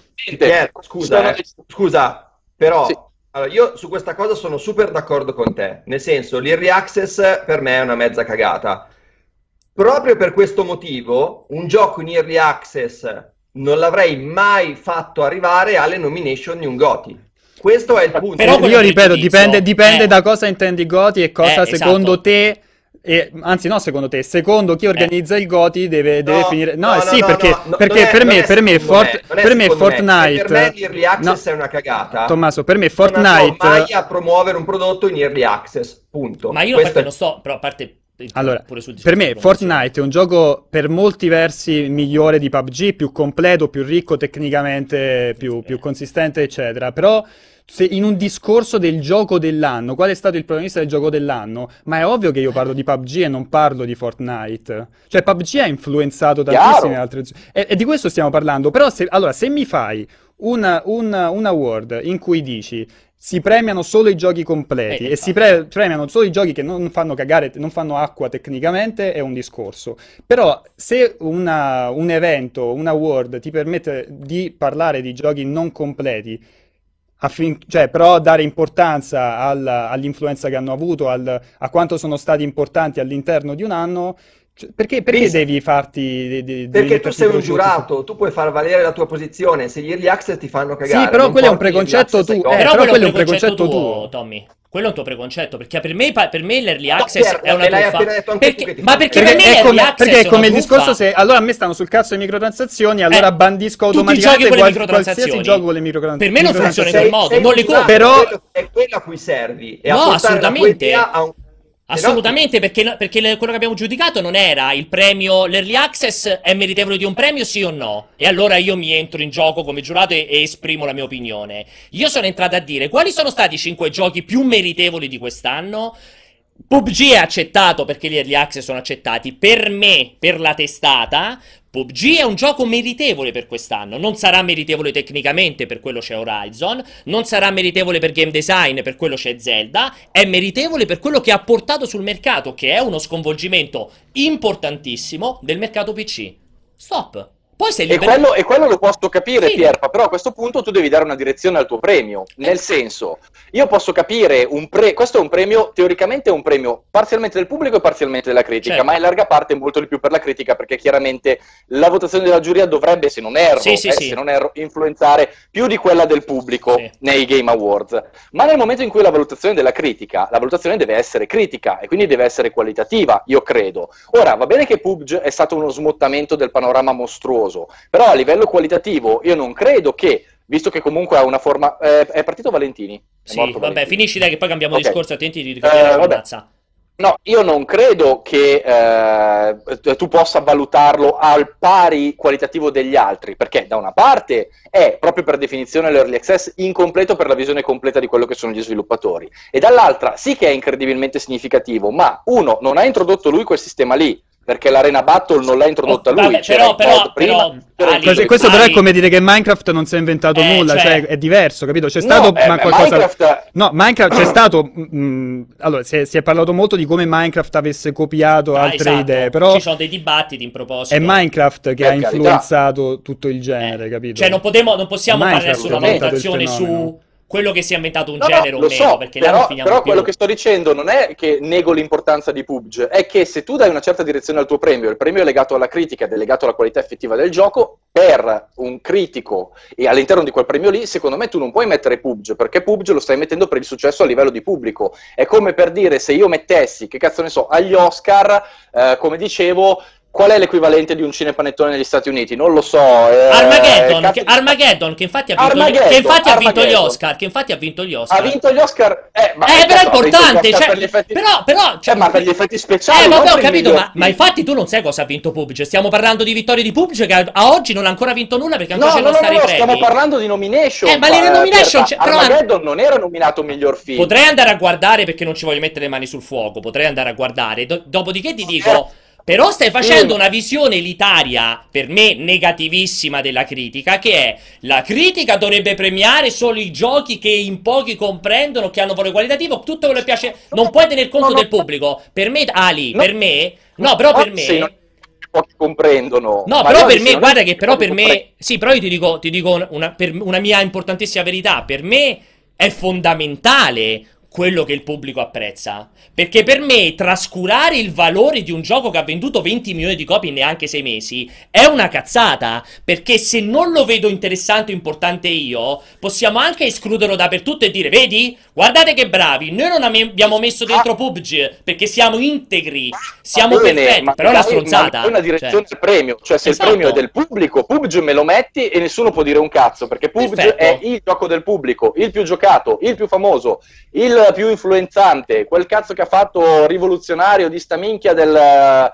scusa, però sì. Allora, io su questa cosa sono super d'accordo con te, nel senso l'Early Access per me è una mezza cagata. Proprio per questo motivo un gioco in Early Access non l'avrei mai fatto arrivare alle nomination di un GOTY. Questo è il punto. Però io ripeto, dipende da cosa intendi GOTY e cosa secondo te... anzi no, secondo te, secondo chi organizza il GOTY deve finire. Perché per me Fortnite, per me l'Early Access è una cagata. Tommaso, per me Fortnite non mai a promuovere un prodotto in Early Access, punto. Ma io non so, però a parte allora, per me Fortnite è un gioco per molti versi migliore di PUBG, più completo, più ricco tecnicamente, più consistente, eccetera. Però se in un discorso del gioco dell'anno, qual è stato il protagonista del gioco dell'anno? Ma è ovvio che io parlo di PUBG e non parlo di Fortnite. Cioè PUBG ha influenzato tantissime altre e di questo stiamo parlando. Però se mi fai un award in cui dici si premiano solo i giochi completi e si premiano solo i giochi che non fanno cagare, non fanno acqua tecnicamente, è un discorso. Però se un evento, un award ti permette di parlare di giochi non completi, cioè però dare importanza all'influenza che hanno avuto, a quanto sono stati importanti all'interno di un anno, perché devi farti... perché tu sei un giurato, tu puoi far valere la tua posizione, se gli early access ti fanno cagare... Sì, però quello è un preconcetto tuo, però quello è un preconcetto tuo, Tommy. Quello è un tuo preconcetto, perché per me l'early access è una truffa. Ma perché per me l'early access perché è come il discorso se allora a me stanno sul cazzo le microtransazioni, allora bandisco automaticamente qualsiasi gioco con le microtransazioni. Per me non funziona in quel modo, non le compro. Però è quello a cui servi. No, assolutamente. Assolutamente, perché quello che abbiamo giudicato non era il premio. L'early access è meritevole di un premio, sì o no? E allora io mi entro in gioco come giurato e esprimo la mia opinione. Io sono entrato a dire quali sono stati i 5 giochi più meritevoli di quest'anno. PUBG è accettato perché gli early access sono accettati. Per me, per la testata, PUBG è un gioco meritevole per quest'anno, non sarà meritevole tecnicamente, per quello c'è Horizon, non sarà meritevole per game design, per quello c'è Zelda, è meritevole per quello che ha portato sul mercato, che è uno sconvolgimento importantissimo del mercato PC. Stop. Poi sei libero. E quello lo posso capire, Fine. Pierpa, però a questo punto tu devi dare una direzione al tuo premio, nel senso, io posso capire, questo è un premio, teoricamente è un premio parzialmente del pubblico e parzialmente della critica, Certo. ma in larga parte molto di più per la critica, perché chiaramente la votazione della giuria dovrebbe, se non erro, se non erro, influenzare più di quella del pubblico nei Game Awards. Ma nel momento in cui la valutazione della critica, la valutazione deve essere critica e quindi deve essere qualitativa, io credo. Ora, va bene che PUBG è stato uno smottamento del panorama mostruoso, però a livello qualitativo io non credo che, visto che comunque ha una forma... è partito Valentini? Sì, vabbè, Valentini. Finisci dai che poi cambiamo Okay. discorso, attenti di ricogliere la mazza. No, io non credo che tu possa valutarlo al pari qualitativo degli altri, perché da una parte è proprio per definizione l'early access incompleto per la visione completa di quello che sono gli sviluppatori, e dall'altra sì che è incredibilmente significativo, ma uno, non ha introdotto lui quel sistema lì, perché l'Arena Battle non l'ha introdotta lui. Vabbè, però, Ali, questo però è come dire che Minecraft non si è inventato nulla, cioè è diverso, capito? C'è stato qualcosa... Minecraft c'è stato... allora, si è parlato molto di come Minecraft avesse copiato altre idee, però... Ci sono dei dibattiti in proposito. È Minecraft che ha influenzato tutto il genere, capito? Cioè non possiamo fare nessuna valutazione su quello che si è inventato un genere o meno, so, perché là non finiamo però più. quello che sto dicendo non è che nego l'importanza di PUBG, è che se tu dai una certa direzione al tuo premio, il premio è legato alla critica ed è legato alla qualità effettiva del gioco, per un critico e all'interno di quel premio lì, secondo me tu non puoi mettere PUBG, perché PUBG lo stai mettendo per il successo a livello di pubblico. È come per dire, se io mettessi, che cazzo ne so, agli Oscar, come dicevo, qual è l'equivalente di un cinepanettone negli Stati Uniti? Non lo so. Armageddon, che infatti ha vinto gli Oscar. Ha vinto gli Oscar. Ha vinto gli Oscar. Però è importante. Ma per gli effetti speciali. Vabbè, ho capito, ma infatti tu non sai cosa ha vinto PUBG. Stiamo parlando di vittorie di PUBG che a oggi non ha ancora vinto nulla perché ancora c'è non stare i premi. Stiamo parlando di nomination. Ma le nomination Armageddon non era nominato miglior film. Potrei andare a guardare, perché non ci voglio mettere le mani sul fuoco. Potrei andare a guardare. Dopodiché ti dico. Però stai facendo una visione elitaria, per me negativissima, della critica, che è: la critica dovrebbe premiare solo i giochi che in pochi comprendono, che hanno valore qualitativo, tutto quello che piace, non puoi tener conto del pubblico. Per me, Ali, per me, no, però per me... pochi comprendono. No, però per me, guarda che però per me... Sì, però io ti dico una mia importantissima verità. Per me è fondamentale quello che il pubblico apprezza, perché per me trascurare il valore di un gioco che ha venduto 20 milioni di copie in neanche 6 mesi è una cazzata, perché se non lo vedo interessante o importante io, possiamo anche escluderlo dappertutto e dire: vedi, guardate che bravi, noi non abbiamo messo dentro PUBG perché siamo integri, siamo perfetti, però è una stronzata. È una direzione del premio, cioè se il premio è del pubblico, PUBG me lo metti e nessuno può dire un cazzo, perché PUBG è il gioco del pubblico, il più giocato, il più famoso, il più influenzante, quel cazzo che ha fatto rivoluzionario di sta minchia della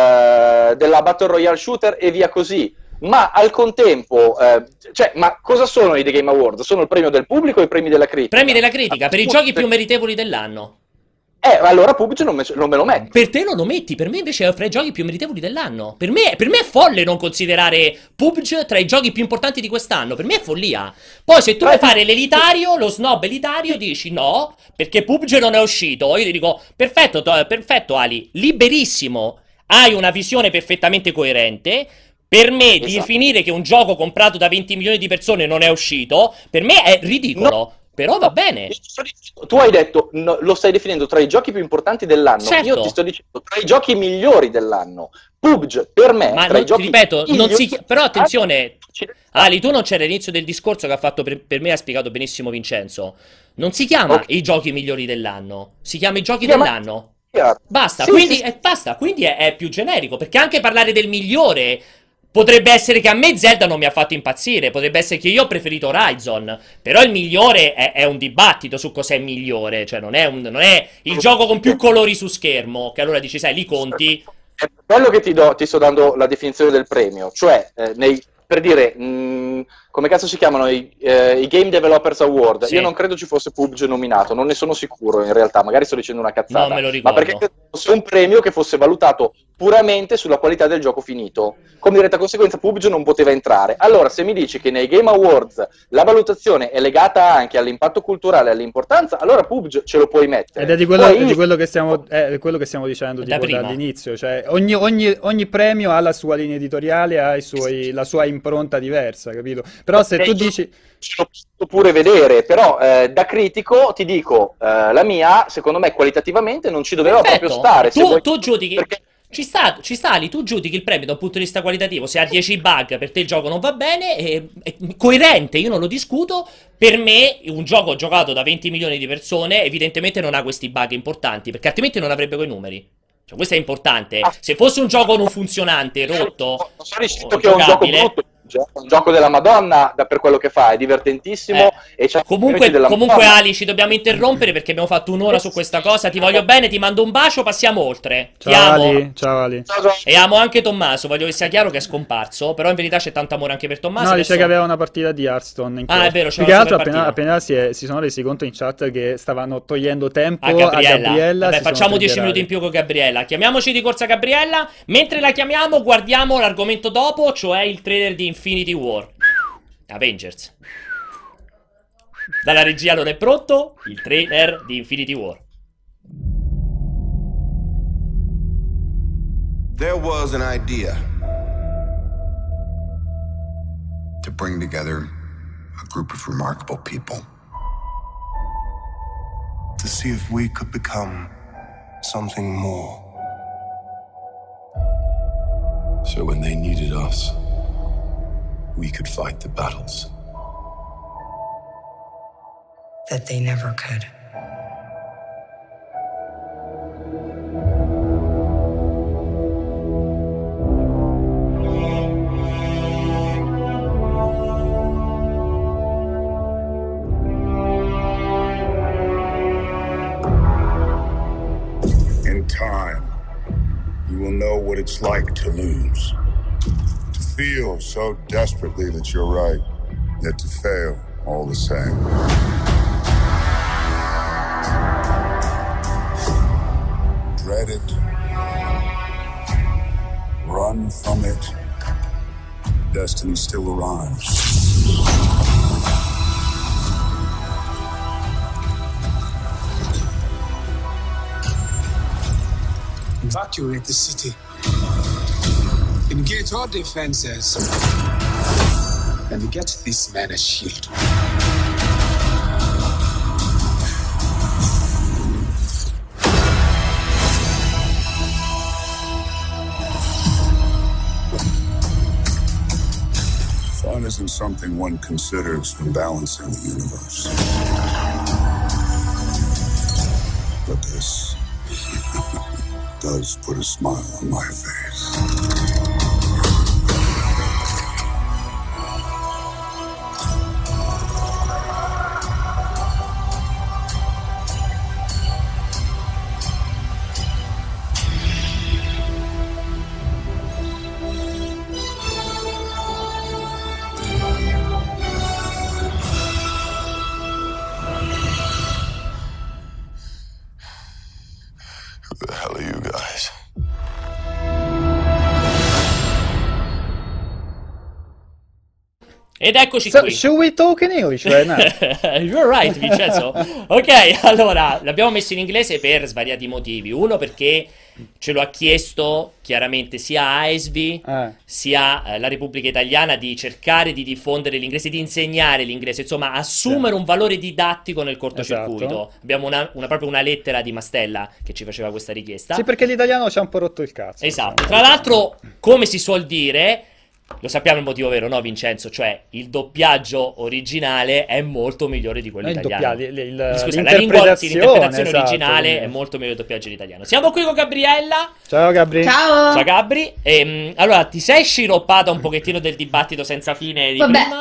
Battle Royale shooter e via così. Ma al contempo, ma cosa sono i The Game Awards? Sono il premio del pubblico o i premi della critica? Premi della critica, per i giochi più meritevoli dell'anno. Allora PUBG non me lo metti. Per te non lo metti, per me invece è fra i giochi più meritevoli dell'anno. Per me è folle non considerare PUBG tra i giochi più importanti di quest'anno. Per me è follia. Poi se tu vuoi fare l'elitario, lo snob elitario, dici no, perché PUBG non è uscito. Io ti dico, perfetto Ali, liberissimo. Hai una visione perfettamente coerente. Per me definire che un gioco comprato da 20 milioni di persone non è uscito, per me è ridicolo. No. Però va bene. Tu hai detto, lo stai definendo tra i giochi più importanti dell'anno. Certo. Io ti sto dicendo tra i giochi migliori dell'anno. PUBG per me, ma tra i giochi ripeto, però attenzione, Ali, tu non c'era all'inizio del discorso che ha fatto per me, ha spiegato benissimo Vincenzo. Non si chiama i giochi migliori dell'anno, si chiama i giochi dell'anno. Basta, basta, quindi è più generico, perché anche parlare del migliore potrebbe essere che a me Zelda non mi ha fatto impazzire, potrebbe essere che io ho preferito Horizon, però il migliore è un dibattito su cos'è migliore, cioè non è il gioco con più colori su schermo, che allora dici, sai, li conti. È quello che ti sto dando la definizione del premio, cioè per dire, come cazzo si chiamano i Game Developers Award? Sì. Io non credo ci fosse PUBG nominato, non ne sono sicuro in realtà, magari sto dicendo una cazzata. Non me lo ricordo. Ma perché fosse un premio che fosse valutato puramente sulla qualità del gioco finito. Come diretta conseguenza PUBG non poteva entrare. Allora, se mi dici che nei Game Awards la valutazione è legata anche all'impatto culturale e all'importanza, allora PUBG ce lo puoi mettere. Ed è di quello che stiamo dicendo tipo, dall'inizio. Cioè, ogni premio ha la sua linea editoriale, ha la sua impronta diversa, capito? Però se tu dici... Ce lo posso pure vedere, però da critico ti dico, la mia, secondo me, qualitativamente non ci doveva proprio stare. Tu giudichi... Perché... Ci sta lì, tu giudichi il premio da un punto di vista qualitativo, se ha 10 bug per te il gioco non va bene, è coerente, io non lo discuto, per me un gioco giocato da 20 milioni di persone evidentemente non ha questi bug importanti, perché altrimenti non avrebbe quei numeri. Cioè, questo è importante, se fosse un gioco non funzionante, rotto, non sono riuscito che è un gioco brutto. Un gioco della Madonna per quello che fa, è divertentissimo e c'ha comunque Ali, ci dobbiamo interrompere perché abbiamo fatto un'ora su questa cosa. Ti voglio bene, ti mando un bacio, passiamo oltre. Ciao Ali. Ciao Ali. E amo anche Tommaso, voglio che sia chiaro che è scomparso, però in verità c'è tanto amore anche per Tommaso. No, dice che aveva una partita di Hearthstone in è vero, più che altro appena si sono resi conto in chat che stavano togliendo tempo a Gabriella. Vabbè, facciamo 10 minuti in più con Gabriella. Chiamiamoci di corsa Gabriella. Mentre la chiamiamo guardiamo l'argomento dopo, cioè il trailer di Infinity War. Avengers. Dalla regia non è pronto il trailer di Infinity War. There was an idea to bring together a group of remarkable people to see if we could become something more. So when they needed us, we could fight the battles that they never could. In time, you will know what it's like to lose. Feel so desperately that you're right, yet to fail all the same. Dread it. Run from it. Destiny still arrives. Evacuate the city. Engage all defenses and get this man a shield. Fun isn't something one considers when balancing the universe. But this does put a smile on my face. Who the hell are you guys? Ed eccoci qui. Should we talk in English right now? You're right, Vincenzo. Ok, allora, l'abbiamo messo in inglese per svariati motivi. Uno, perché ce lo ha chiesto chiaramente sia ASV sia la Repubblica Italiana di cercare di diffondere l'inglese, di insegnare l'inglese, insomma assumere un valore didattico nel cortocircuito. Esatto. Abbiamo proprio una lettera di Mastella che ci faceva questa richiesta. Sì, perché l'italiano ci ha un po' rotto il cazzo. Esatto. Tra l'altro, come si suol dire, lo sappiamo il motivo vero, no Vincenzo? Cioè, il doppiaggio originale è molto migliore di quello italiano. Scusa, l'interpretazione originale è molto meglio del doppiaggio in italiano. Siamo qui con Gabriella. Ciao Gabri. Ciao Gabri. Allora, ti sei sciroppata un pochettino del dibattito senza fine di prima?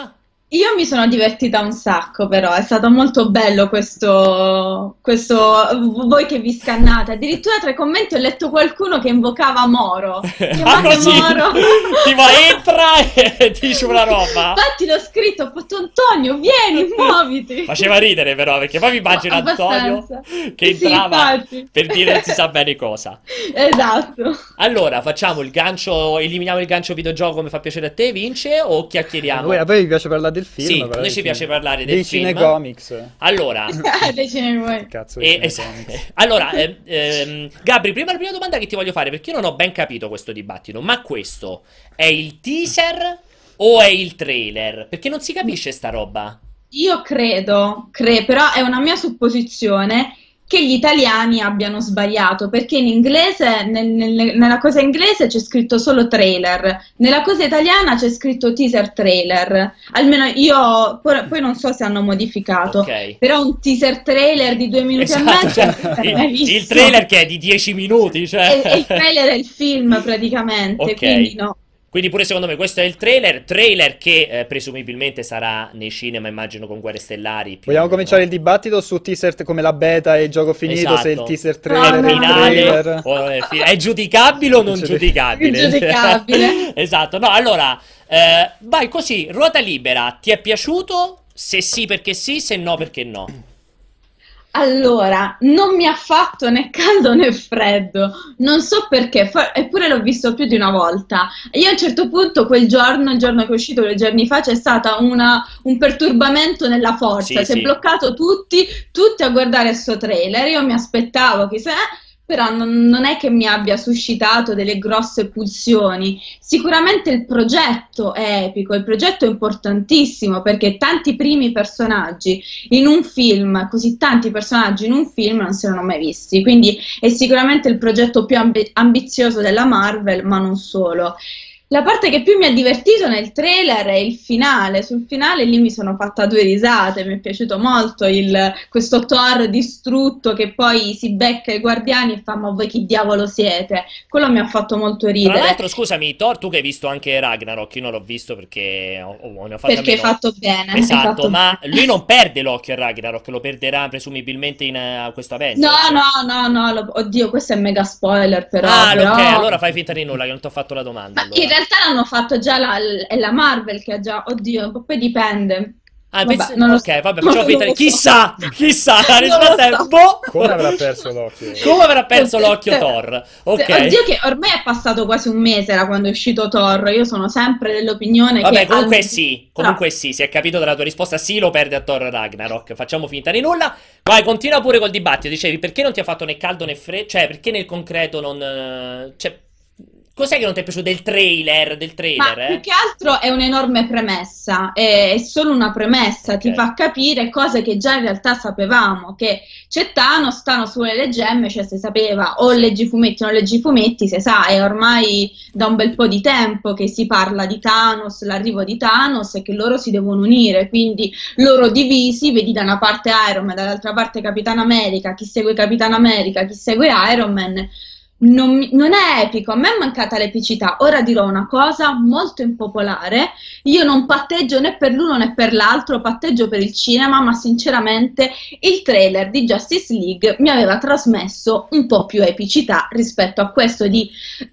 Io mi sono divertita un sacco, però è stato molto bello questo voi che vi scannate. Addirittura tra i commenti ho letto qualcuno che invocava Moro. Così? Moro. Tipo entra e dice una roba. Infatti l'ho scritto, ho fatto Antonio, vieni, muoviti. Faceva ridere però, perché poi mi immagino Antonio che entrava per dire non si sa bene cosa. Esatto. Allora, facciamo il gancio, eliminiamo il gancio videogioco come fa piacere a te, Vince, o chiacchieriamo? A voi vi piace parlare del film? Sì, a noi ci piace parlare del dei film. Cinecomics. Allora, dei Cinecomics. Cazzo, allora, Gabri, prima la prima domanda che ti voglio fare, perché io non ho ben capito questo dibattito, ma questo è il teaser o è il trailer? Perché non si capisce sta roba. Io credo, però è una mia supposizione, che gli italiani abbiano sbagliato, perché in inglese, nella cosa inglese c'è scritto solo trailer, nella cosa italiana c'è scritto teaser trailer, almeno io, poi non so se hanno modificato, Okay. però un teaser trailer di 2 minuti e mezzo il trailer che è di 10 minuti, cioè. e il trailer è il film praticamente, Ok. quindi no. Quindi pure secondo me questo è il trailer che presumibilmente sarà nei cinema, immagino, con Guerre Stellari. Vogliamo cominciare il dibattito su teaser come la beta e il gioco finito, se il teaser trailer il è il finale trailer. è giudicabile o non giudicabile? Giudicabile. Esatto, no, allora, vai così, ruota libera, ti è piaciuto? Se sì perché sì, se no perché no. Allora, non mi ha fatto né caldo né freddo, non so perché, eppure l'ho visto più di una volta. Io a un certo punto, il giorno che è uscito 2 giorni fa, c'è stato un perturbamento nella forza, si è bloccato tutti a guardare sto trailer. Io mi aspettavo, chissà, però non è che mi abbia suscitato delle grosse pulsioni. Sicuramente il progetto è epico, il progetto è importantissimo, perché tanti primi personaggi in un film, così tanti personaggi in un film non si erano mai visti, quindi è sicuramente il progetto più ambizioso della Marvel, ma non solo. La parte che più mi ha divertito nel trailer è il finale. Sul finale lì mi sono fatta 2 risate, mi è piaciuto molto questo Thor distrutto che poi si becca i guardiani e fa: ma voi chi diavolo siete? Quello mi ha fatto molto ridere. Tra l'altro, scusami, Thor, tu che hai visto anche Ragnarok, io non l'ho visto perché ne ho fatto perché hai fatto bene. Esatto, ma lui non perde l'occhio a Ragnarok, lo perderà presumibilmente in questo Avengers. No, oddio, questo è mega spoiler però. Ok, allora fai finta di nulla che non ti ho fatto la domanda. Ma in realtà l'hanno fatto già è la Marvel che ha già, oddio, poi dipende. Vabbè, facciamo finta di... Chissà, la risposta è boh. Come avrà perso l'occhio? Come avrà perso l'occhio Thor? Ok. Oddio, che ormai è passato quasi un mese da quando è uscito Thor. Io sono sempre dell'opinione che... Comunque sì, si è capito dalla tua risposta, sì, lo perde a Thor Ragnarok. Facciamo finta di nulla. Vai, continua pure col dibattito. Dicevi, perché non ti ha fatto né caldo né freddo? Cioè, perché nel concreto non... Cos'è che non ti è piaciuto del trailer? Ma più che altro è un'enorme premessa, è solo una premessa, ti fa capire cose che già in realtà sapevamo, che c'è Thanos vuole le gemme, cioè si sapeva, o leggi fumetti o non leggi fumetti, si sa, è ormai da un bel po' di tempo che si parla di Thanos, l'arrivo di Thanos e che loro si devono unire, quindi loro divisi, vedi da una parte Iron Man, dall'altra parte Capitan America, chi segue Capitan America, chi segue Iron Man. Non è epico, a me è mancata l'epicità. Ora dirò una cosa molto impopolare: io non patteggio né per l'uno né per l'altro, patteggio per il cinema, ma sinceramente il trailer di Justice League mi aveva trasmesso un po' più epicità rispetto a questo di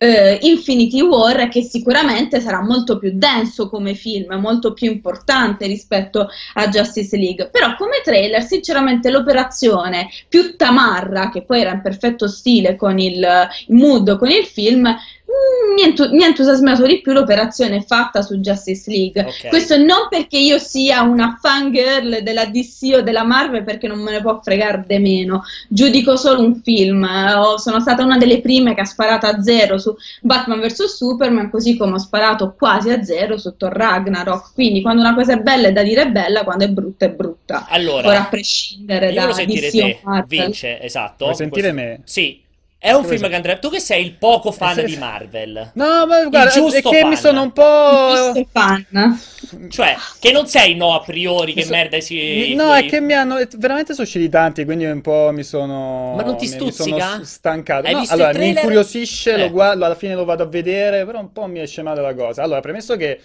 Infinity War, che sicuramente sarà molto più denso come film, molto più importante rispetto a Justice League, però come trailer sinceramente l'operazione più tamarra, che poi era in perfetto stile con il mood con il film, mi ha entusiasmato di più l'operazione fatta su Justice League. Questo non perché io sia una fangirl della DC o della Marvel, perché non me ne può fregare de meno, giudico solo un film. Sono stata una delle prime che ha sparato a 0 su Batman vs Superman, così come ho sparato quasi a 0 su Thor Ragnarok, quindi quando una cosa è bella è da dire bella, quando è brutta. Allora, ora a prescindere da sentire DC te, o Marvel. Vince, esatto. Vuoi sentire me? Sì. È un film che andrebbe... Tu che sei il poco fan di Marvel. No, ma guarda, è che fan. mi sono un po'... Il fan. Cioè, che non sei no a priori, che merda si... No, è che mi hanno... Veramente sono usciti tanti, quindi un po' mi sono... Ma non ti stuzzica? Mi sono stancato. Hai no, visto allora, il trailer? mi incuriosisce, lo guardo, alla fine lo vado a vedere, però un po' mi esce male la cosa. Allora, premesso che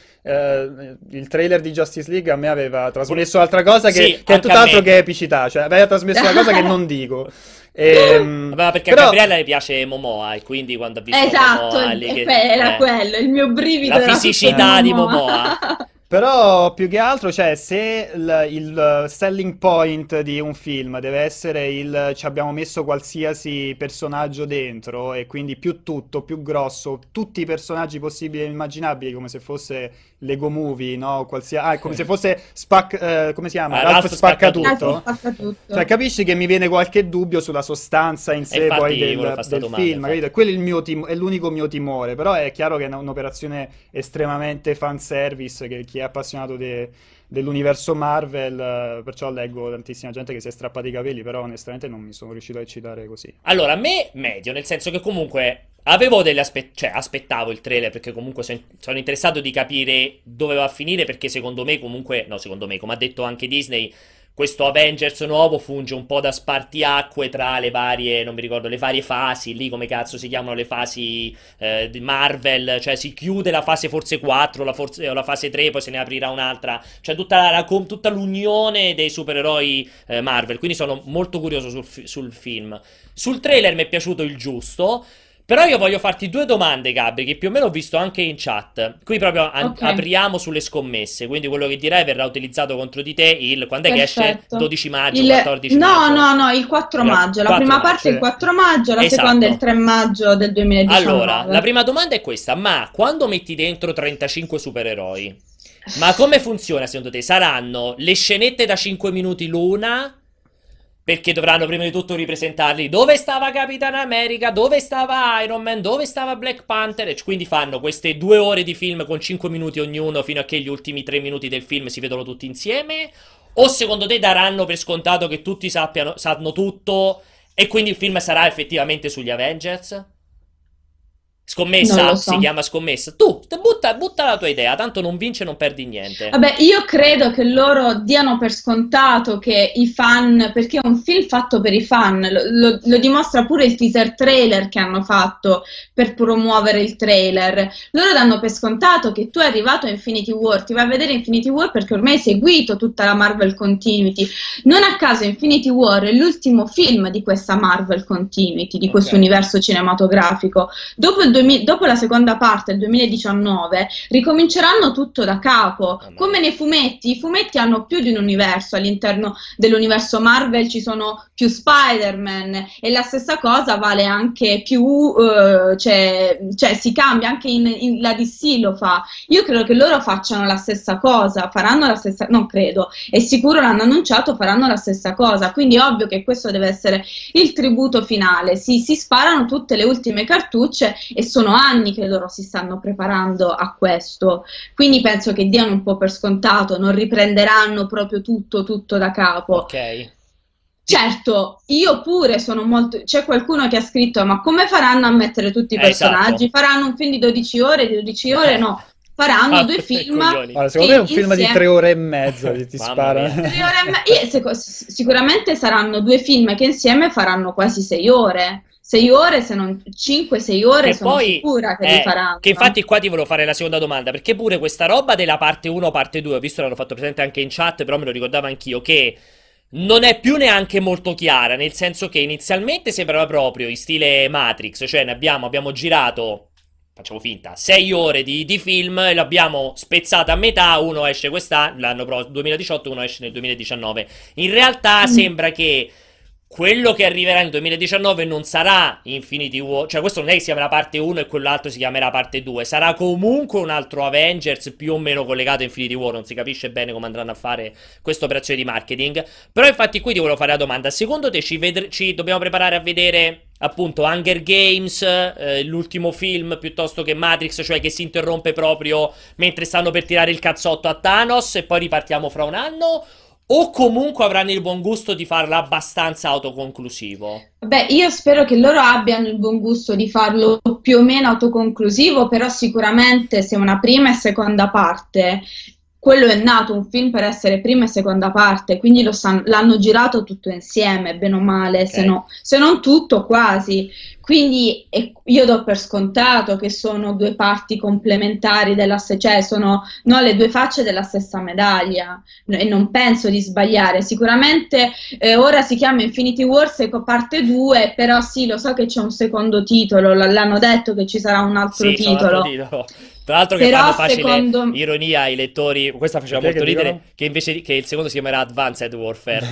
il trailer di Justice League a me aveva trasmesso altra cosa che è tutt'altro che epicità, cioè aveva trasmesso una cosa che non dico. Vabbè, perché però... a Gabriella le piace Momoa e quindi quando ha visto Momoa era quello, il mio brivido, la fisicità di Momoa. Però più che altro, cioè, se il selling point di un film deve essere ci abbiamo messo qualsiasi personaggio dentro e quindi più tutto, più grosso, tutti i personaggi possibili e immaginabili, come se fosse Lego Movie, no? Come se fosse come si chiama? Ralph Spaccatutto. Cioè, capisci che mi viene qualche dubbio sulla sostanza in sé poi del film, capito? Quello è l'unico mio timore, però è chiaro che è un'operazione estremamente fanservice che chi è appassionato dell'universo Marvel, perciò leggo tantissima gente che si è strappata i capelli, però onestamente non mi sono riuscito a eccitare così. Allora, a me medio, nel senso che comunque avevo aspettavo il trailer perché comunque sono interessato di capire dove va a finire, perché secondo me, come ha detto anche Disney, questo Avengers nuovo funge un po' da spartiacque tra le varie, non mi ricordo, le varie fasi, lì come cazzo si chiamano le fasi di Marvel, cioè si chiude la fase forse 4, o la fase 3, poi se ne aprirà un'altra, cioè tutta l'unione dei supereroi Marvel, quindi sono molto curioso sul film. Sul trailer mi è piaciuto il giusto. Però io voglio farti due domande, Gabri, che più o meno ho visto anche in chat. Qui proprio apriamo sulle scommesse, quindi quello che dirai verrà utilizzato contro di te quando è che esce? 12 maggio, 14 maggio? No, il 4 maggio. La prima parte è il 4 maggio, la seconda è il 3 maggio del 2019. Allora, la prima domanda è questa, ma quando metti dentro 35 supereroi, ma come funziona secondo te? Saranno le scenette da 5 minuti l'una? Perché dovranno prima di tutto ripresentarli dove stava Capitan America, dove stava Iron Man, dove stava Black Panther, e quindi fanno queste 2 ore di film con 5 minuti ognuno fino a che gli ultimi 3 minuti del film si vedono tutti insieme? O secondo te daranno per scontato che tutti sanno tutto e quindi il film sarà effettivamente sugli Avengers? Scommessa? Si chiama scommessa. Tu, butta la tua idea, tanto non vince, non perdi niente. Vabbè, io credo che loro diano per scontato che i fan, perché è un film fatto per i fan, lo dimostra pure il teaser trailer che hanno fatto per promuovere il trailer. Loro danno per scontato che tu è arrivato a Infinity War, ti vai a vedere Infinity War perché ormai hai seguito tutta la Marvel Continuity. Non a caso Infinity War è l'ultimo film di questa Marvel Continuity, di questo universo cinematografico. Dopo la seconda parte, il 2019, ricominceranno tutto da capo. Come nei fumetti, i fumetti hanno più di un universo. All'interno dell'universo Marvel ci sono più Spider-Man e la stessa cosa vale anche più, cioè si cambia, anche la DC lo fa. Io credo che loro facciano la stessa cosa, faranno la stessa, non credo, è sicuro, l'hanno annunciato, faranno la stessa cosa, quindi è ovvio che questo deve essere il tributo finale. Si sparano tutte le ultime cartucce e sono anni che loro si stanno preparando a questo, quindi penso che diano un po' per scontato, non riprenderanno proprio tutto da capo. Ok. Certo, io pure sono molto... C'è qualcuno che ha scritto, ma come faranno a mettere tutti i personaggi? Esatto. Faranno un film di 12 ore, di 12 ore? No, faranno 2 film. Allora, secondo me è un film di 3 ore e mezza che ti spara. 3 ore e sicuramente saranno 2 film che insieme faranno quasi 6 ore. 6 ore, se non 5-6 ore, che sono poi, sicura che li faranno. Che infatti qua ti volevo fare la seconda domanda, perché pure questa roba della parte 1 parte 2, ho visto l'hanno fatto presente anche in chat, però me lo ricordavo anch'io, che non è più neanche molto chiara, nel senso che inizialmente sembrava proprio in stile Matrix, cioè abbiamo girato, facciamo finta, 6 ore di film e l'abbiamo spezzata a metà, uno esce l'anno 2018, uno esce nel 2019. In realtà sembra che quello che arriverà nel 2019 non sarà Infinity War, cioè questo non è che si chiamerà parte 1 e quell'altro si chiamerà parte 2, sarà comunque un altro Avengers più o meno collegato a Infinity War, non si capisce bene come andranno a fare questa operazione di marketing, però infatti qui ti volevo fare la domanda, secondo te ci dobbiamo preparare a vedere appunto Hunger Games, l'ultimo film, piuttosto che Matrix, cioè che si interrompe proprio mentre stanno per tirare il cazzotto a Thanos e poi ripartiamo fra un anno? o comunque avranno il buon gusto di farla abbastanza autoconclusivo? Beh, io spero che loro abbiano il buon gusto di farlo più o meno autoconclusivo, però sicuramente se una prima e seconda parte, quello è nato un film per essere prima e seconda parte, quindi l'hanno girato tutto insieme, bene o male, Ok. se non tutto, quasi. Quindi io do per scontato che sono due parti complementari cioè sono le due facce della stessa medaglia, e non penso di sbagliare. Sicuramente ora si chiama Infinity Wars parte 2, però sì, lo so che c'è un secondo titolo, l'hanno detto che ci sarà un altro Sì, c'è un altro titolo. titolo. Tra l'altro che Però fanno facile secondo- ironia ai lettori, questa faceva Perché molto che ridere, dicono? che invece che il secondo si chiamerà Advanced Warfare.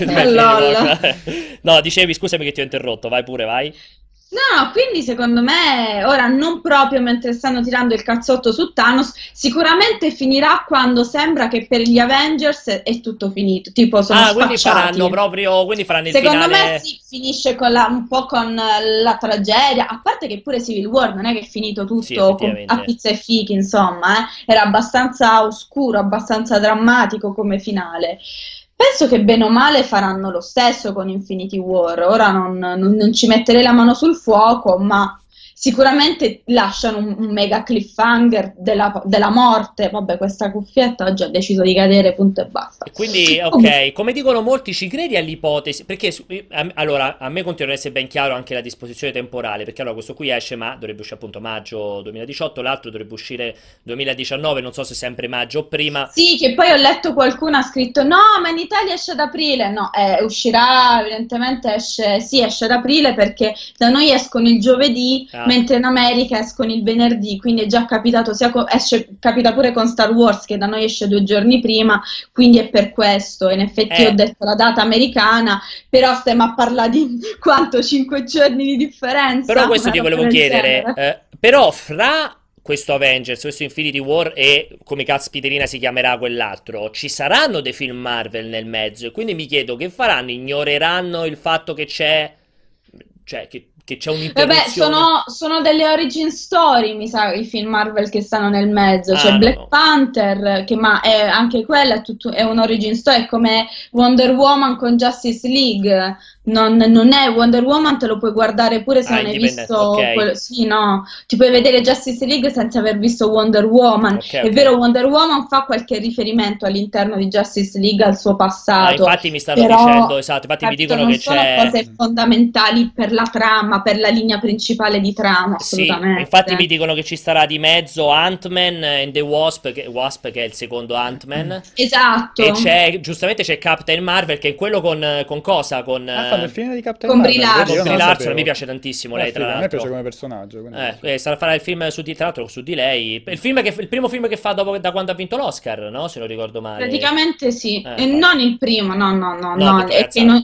Lol. No, dicevi, scusami che ti ho interrotto, vai pure, vai. No, quindi secondo me, ora non proprio mentre stanno tirando il cazzotto su Thanos, sicuramente finirà quando sembra che per gli Avengers è tutto finito, tipo sono Quindi spacciati. quindi faranno il Secondo finale. me si finisce con un po' con la tragedia, a parte che pure Civil War non è che è finito Sì, tutto effettivamente. a pizza e fichi, insomma, era abbastanza oscuro, abbastanza drammatico come finale. Penso che bene o male faranno lo stesso con Infinity War. Ora non ci metterei la mano sul fuoco, ma sicuramente lasciano un mega cliffhanger della morte. Vabbè, questa cuffietta oggi ha deciso di cadere, punto e basta. E quindi, ok, come dicono molti, ci credi all'ipotesi? Perché, allora, a me continua ad essere ben chiaro anche la disposizione temporale, perché allora questo qui esce, ma dovrebbe uscire appunto maggio 2018, l'altro dovrebbe uscire 2019, non so se sempre maggio o prima. Sì, che poi ho letto qualcuno ha scritto no, ma in Italia esce ad aprile. No, uscirà, evidentemente esce ad aprile perché da noi escono il giovedì, mentre in America escono il venerdì, quindi è già capitato, capita pure con Star Wars che da noi esce 2 giorni prima, quindi è per questo. In effetti ho detto la data americana, però stiamo a parlare di quanto? 5 giorni di differenza? Però questo ti Una volevo roba del chiedere, genere. però fra questo Avengers, questo Infinity War e come caspiterina si chiamerà quell'altro, ci saranno dei film Marvel nel mezzo e quindi mi chiedo che faranno, ignoreranno il fatto che c'è, cioè che c'è Vabbè, un'interruzione. sono delle origin story, mi sa, i film Marvel che stanno nel mezzo. C'è no, Black no. Panther, ma anche quella è un origin story, è come Wonder Woman con Justice League. Non è Wonder Woman, te lo puoi guardare pure se non hai indipendente, visto ok. sì, no, ti puoi vedere Justice League senza aver visto Wonder Woman. Ok, È ok. vero, Wonder Woman fa qualche riferimento all'interno di Justice League al suo passato. Infatti mi stanno però, dicendo, esatto, infatti mi capito, dicono non che sono c'è... cose fondamentali per la trama, per la linea principale di trama, Sì, assolutamente. infatti mi dicono che ci starà di mezzo Ant-Man and the Wasp che è il secondo Ant-Man. Esatto. E giustamente c'è Captain Marvel che è quello con cosa? fanno il film di Captain con Brie Marvel, Larson. io non Brie lo Larson, sapevo. mi piace tantissimo lei, tra Figo, a me l'altro. piace come personaggio. quindi- Farà il film tra l'altro su di lei. Il primo film che fa da quando ha vinto l'Oscar, no? Se non ricordo male. Praticamente sì, e infatti. non il primo, no, perché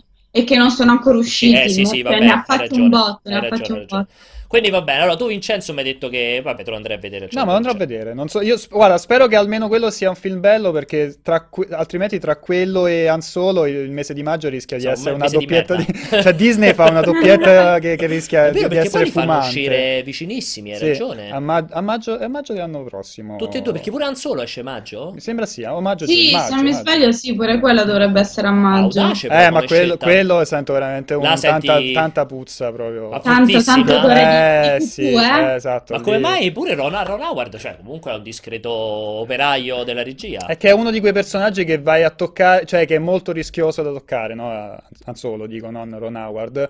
è che non sono ancora usciti, sì, cioè, vabbè, ne ha hai fatto un ragione, botto, ne hai ha fatto ragione, un hai ragione. botto. Quindi va bene, allora tu Vincenzo mi hai detto che, vabbè, te lo andrai a vedere. No, ma lo andrò a vedere. Non so, guarda, spero che almeno quello sia un film bello perché altrimenti tra quello e Han Solo il mese di maggio rischia di Insomma, essere un una mese di doppietta merda. Cioè Disney fa una doppietta che rischia È vero, di perché poi essere li fanno fumante. uscire vicinissimi, hai Sì, ragione. a maggio dell'anno prossimo. Tutti e due, perché pure Han Solo esce maggio? Mi sembra sia, o maggio, Sì, maggio, se non mi maggio. sbaglio sì, pure quella dovrebbe essere a maggio. Audace però Ma come scelta. quello sento veramente Là senti- tanta puzza proprio. Ma Tanto fortissima. odore di Sì, pupù, esatto. Ma come lì. mai pure Ron Howard, cioè comunque è un discreto operaio della regia. È che è uno di quei personaggi che vai a toccare, cioè che è molto rischioso da toccare, no? Han Solo, dico, non Ron Howard.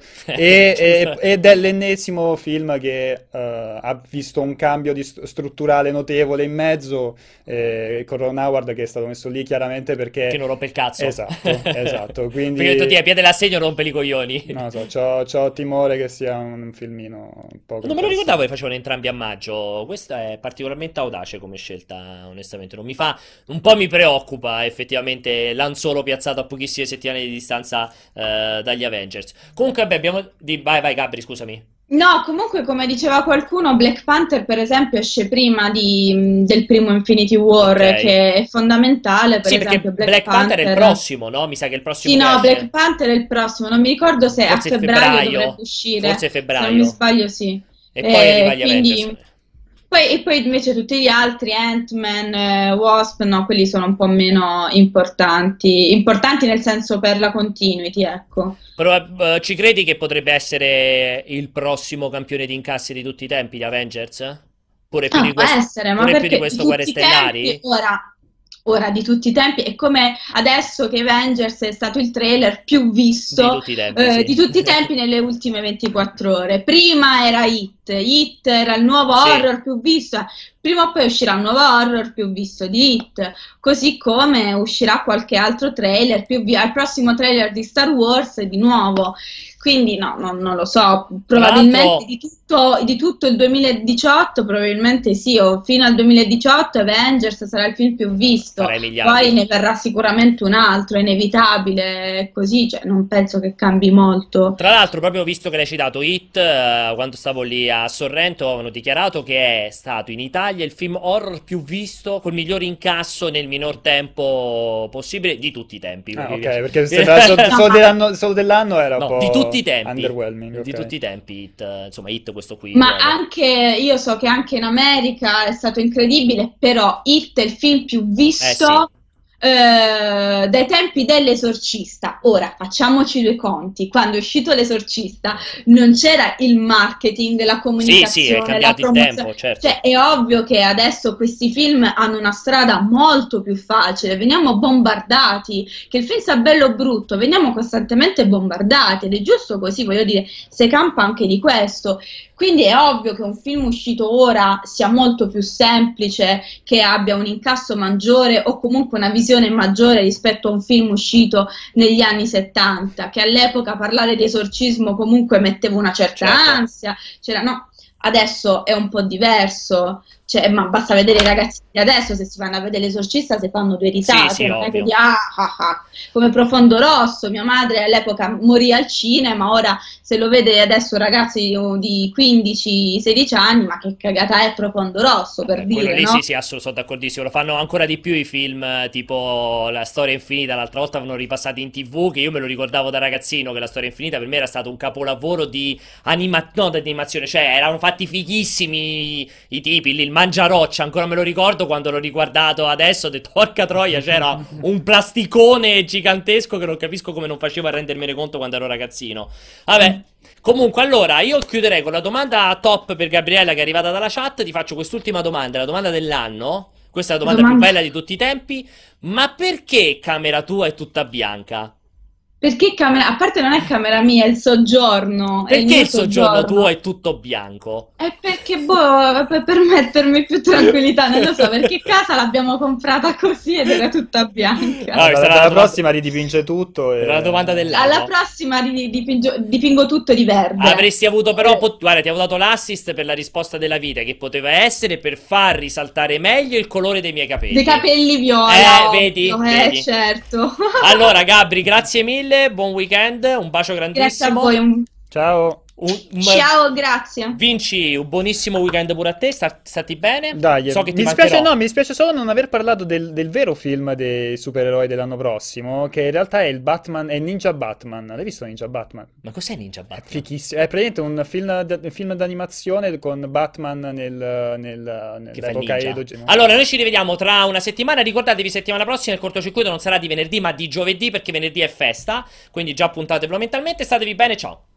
Ed è l'ennesimo film che ha visto un cambio strutturale notevole in mezzo, con Ron Howard che è stato messo lì chiaramente perché... Che non rompe il cazzo. Esatto, quindi... Perché ho detto, a piede l'assegno rompe i coglioni. Non lo so, c'ho timore che sia un filmino un po' Non me lo ricordavo che facevano entrambi a maggio. Questa è particolarmente audace come scelta, onestamente. Non mi fa. Un po' mi preoccupa effettivamente l'Han Solo piazzato a pochissime settimane di distanza dagli Avengers. Comunque, vabbè, vai, Gabri, scusami. No, comunque come diceva qualcuno, Black Panther per esempio esce prima del primo Infinity War, Ok. che è fondamentale, per Sì, perché esempio Black Panther è il prossimo, no? Mi sa che è il prossimo Sì, che no, esce. Black Panther è il prossimo, non mi ricordo se Forse a febbraio febbraio. dovrebbe uscire, Forse se febbraio. non mi sbaglio sì. E poi arriva gli quindi Avengers. E poi invece tutti gli altri, Ant-Man, Wasp, no, quelli sono un po' meno importanti. Importanti nel senso per la continuity, ecco. Però ci credi che potrebbe essere il prossimo campione di incassi di tutti i tempi, gli Avengers? Pure più di questo, può essere, ma pure più perché di questo Guerre Stellari? Ora di tutti i tempi, è come adesso che Avengers è stato il trailer più visto di tutti i tempi, sì. di tutti i tempi nelle ultime 24 ore. Prima era It era il nuovo Sì. horror più visto, prima o poi uscirà un nuovo horror più visto di It, così come uscirà qualche altro trailer il prossimo trailer di Star Wars di nuovo. Quindi no, non lo so, probabilmente di tutto il 2018 probabilmente sì, o fino al 2018 Avengers sarà il film più visto, poi ne verrà sicuramente un altro, è inevitabile, è così, cioè non penso che cambi molto. Tra l'altro, proprio visto che l'hai citato It, quando stavo lì a Sorrento avevano dichiarato che è stato in Italia il film horror più visto, col miglior incasso nel minor tempo possibile di tutti i tempi. Ok, perché solo dell'anno era un po'... Di tutti i tempi, underwhelming, di tutti i tempi, insomma It questo qui. Ma anche, io so che anche in America è stato incredibile, però It è il film più visto dai tempi dell'Esorcista. Ora facciamoci due conti: quando è uscito l'Esorcista non c'era il marketing, la comunicazione, è cambiato il tempo, certo. Cioè è ovvio che adesso questi film hanno una strada molto più facile, veniamo bombardati, che il film sia bello o brutto, veniamo costantemente bombardati ed è giusto così, voglio dire, se campa anche di questo. Quindi è ovvio che un film uscito ora sia molto più semplice, che abbia un incasso maggiore o comunque una visione maggiore rispetto a un film uscito negli anni 70, che all'epoca parlare di esorcismo comunque metteva una certa ansia, adesso è un po' diverso, ma basta vedere i ragazzi di adesso, se si vanno a vedere l'Esorcista si fanno due risate, non è che come Profondo Rosso, mia madre all'epoca morì al cinema, ora se lo vede adesso ragazzi di 15-16 anni, ma che cagata è Profondo Rosso, per dire, lì, no? Sì, sono d'accordissimo, lo fanno ancora di più i film, tipo La Storia Infinita, l'altra volta avevano ripassati in TV, che io me lo ricordavo da ragazzino, che La Storia Infinita per me era stato un capolavoro di animazione, cioè erano fatti fighissimi i tipi, lì il Mangiaroccia, ancora me lo ricordo quando l'ho riguardato adesso, ho detto porca troia, c'era un plasticone gigantesco che non capisco come non facevo a rendermene conto quando ero ragazzino. Vabbè, comunque allora io chiuderei con la domanda top per Gabriella che è arrivata dalla chat, ti faccio quest'ultima domanda, la domanda dell'anno, questa è la domanda più bella di tutti i tempi, ma perché camera tua è tutta bianca? Perché a parte non è camera mia, è il soggiorno. Perché il soggiorno tuo è tutto bianco? È perché, per mettermi più tranquillità, non lo so, perché casa l'abbiamo comprata così ed era tutta bianca. Alla prossima ridipinge tutto. Era la domanda dell'anno. Alla prossima dipingo tutto di verde. Avresti avuto però, guarda, ti avevo dato l'assist per la risposta della vita, che poteva essere per far risaltare meglio il colore dei miei capelli. Dei capelli viola. Vedi? Certo. Allora, Gabri, grazie mille. Buon weekend, un bacio grandissimo. Grazie a voi. Ciao. Ciao, grazie. Vinci, un buonissimo weekend pure a te, stati bene? Dai, so che ti mi dispiace solo non aver parlato del vero film dei supereroi dell'anno prossimo, che in realtà è è Ninja Batman. L'hai visto Ninja Batman? Ma cos'è Ninja Batman? È fichissimo, è praticamente un film d'animazione con Batman nell'epoca Edo. Allora, noi ci rivediamo tra una settimana, ricordatevi settimana prossima il cortocircuito non sarà di venerdì ma di giovedì, perché venerdì è festa, quindi già puntatevelo mentalmente, statevi bene, ciao!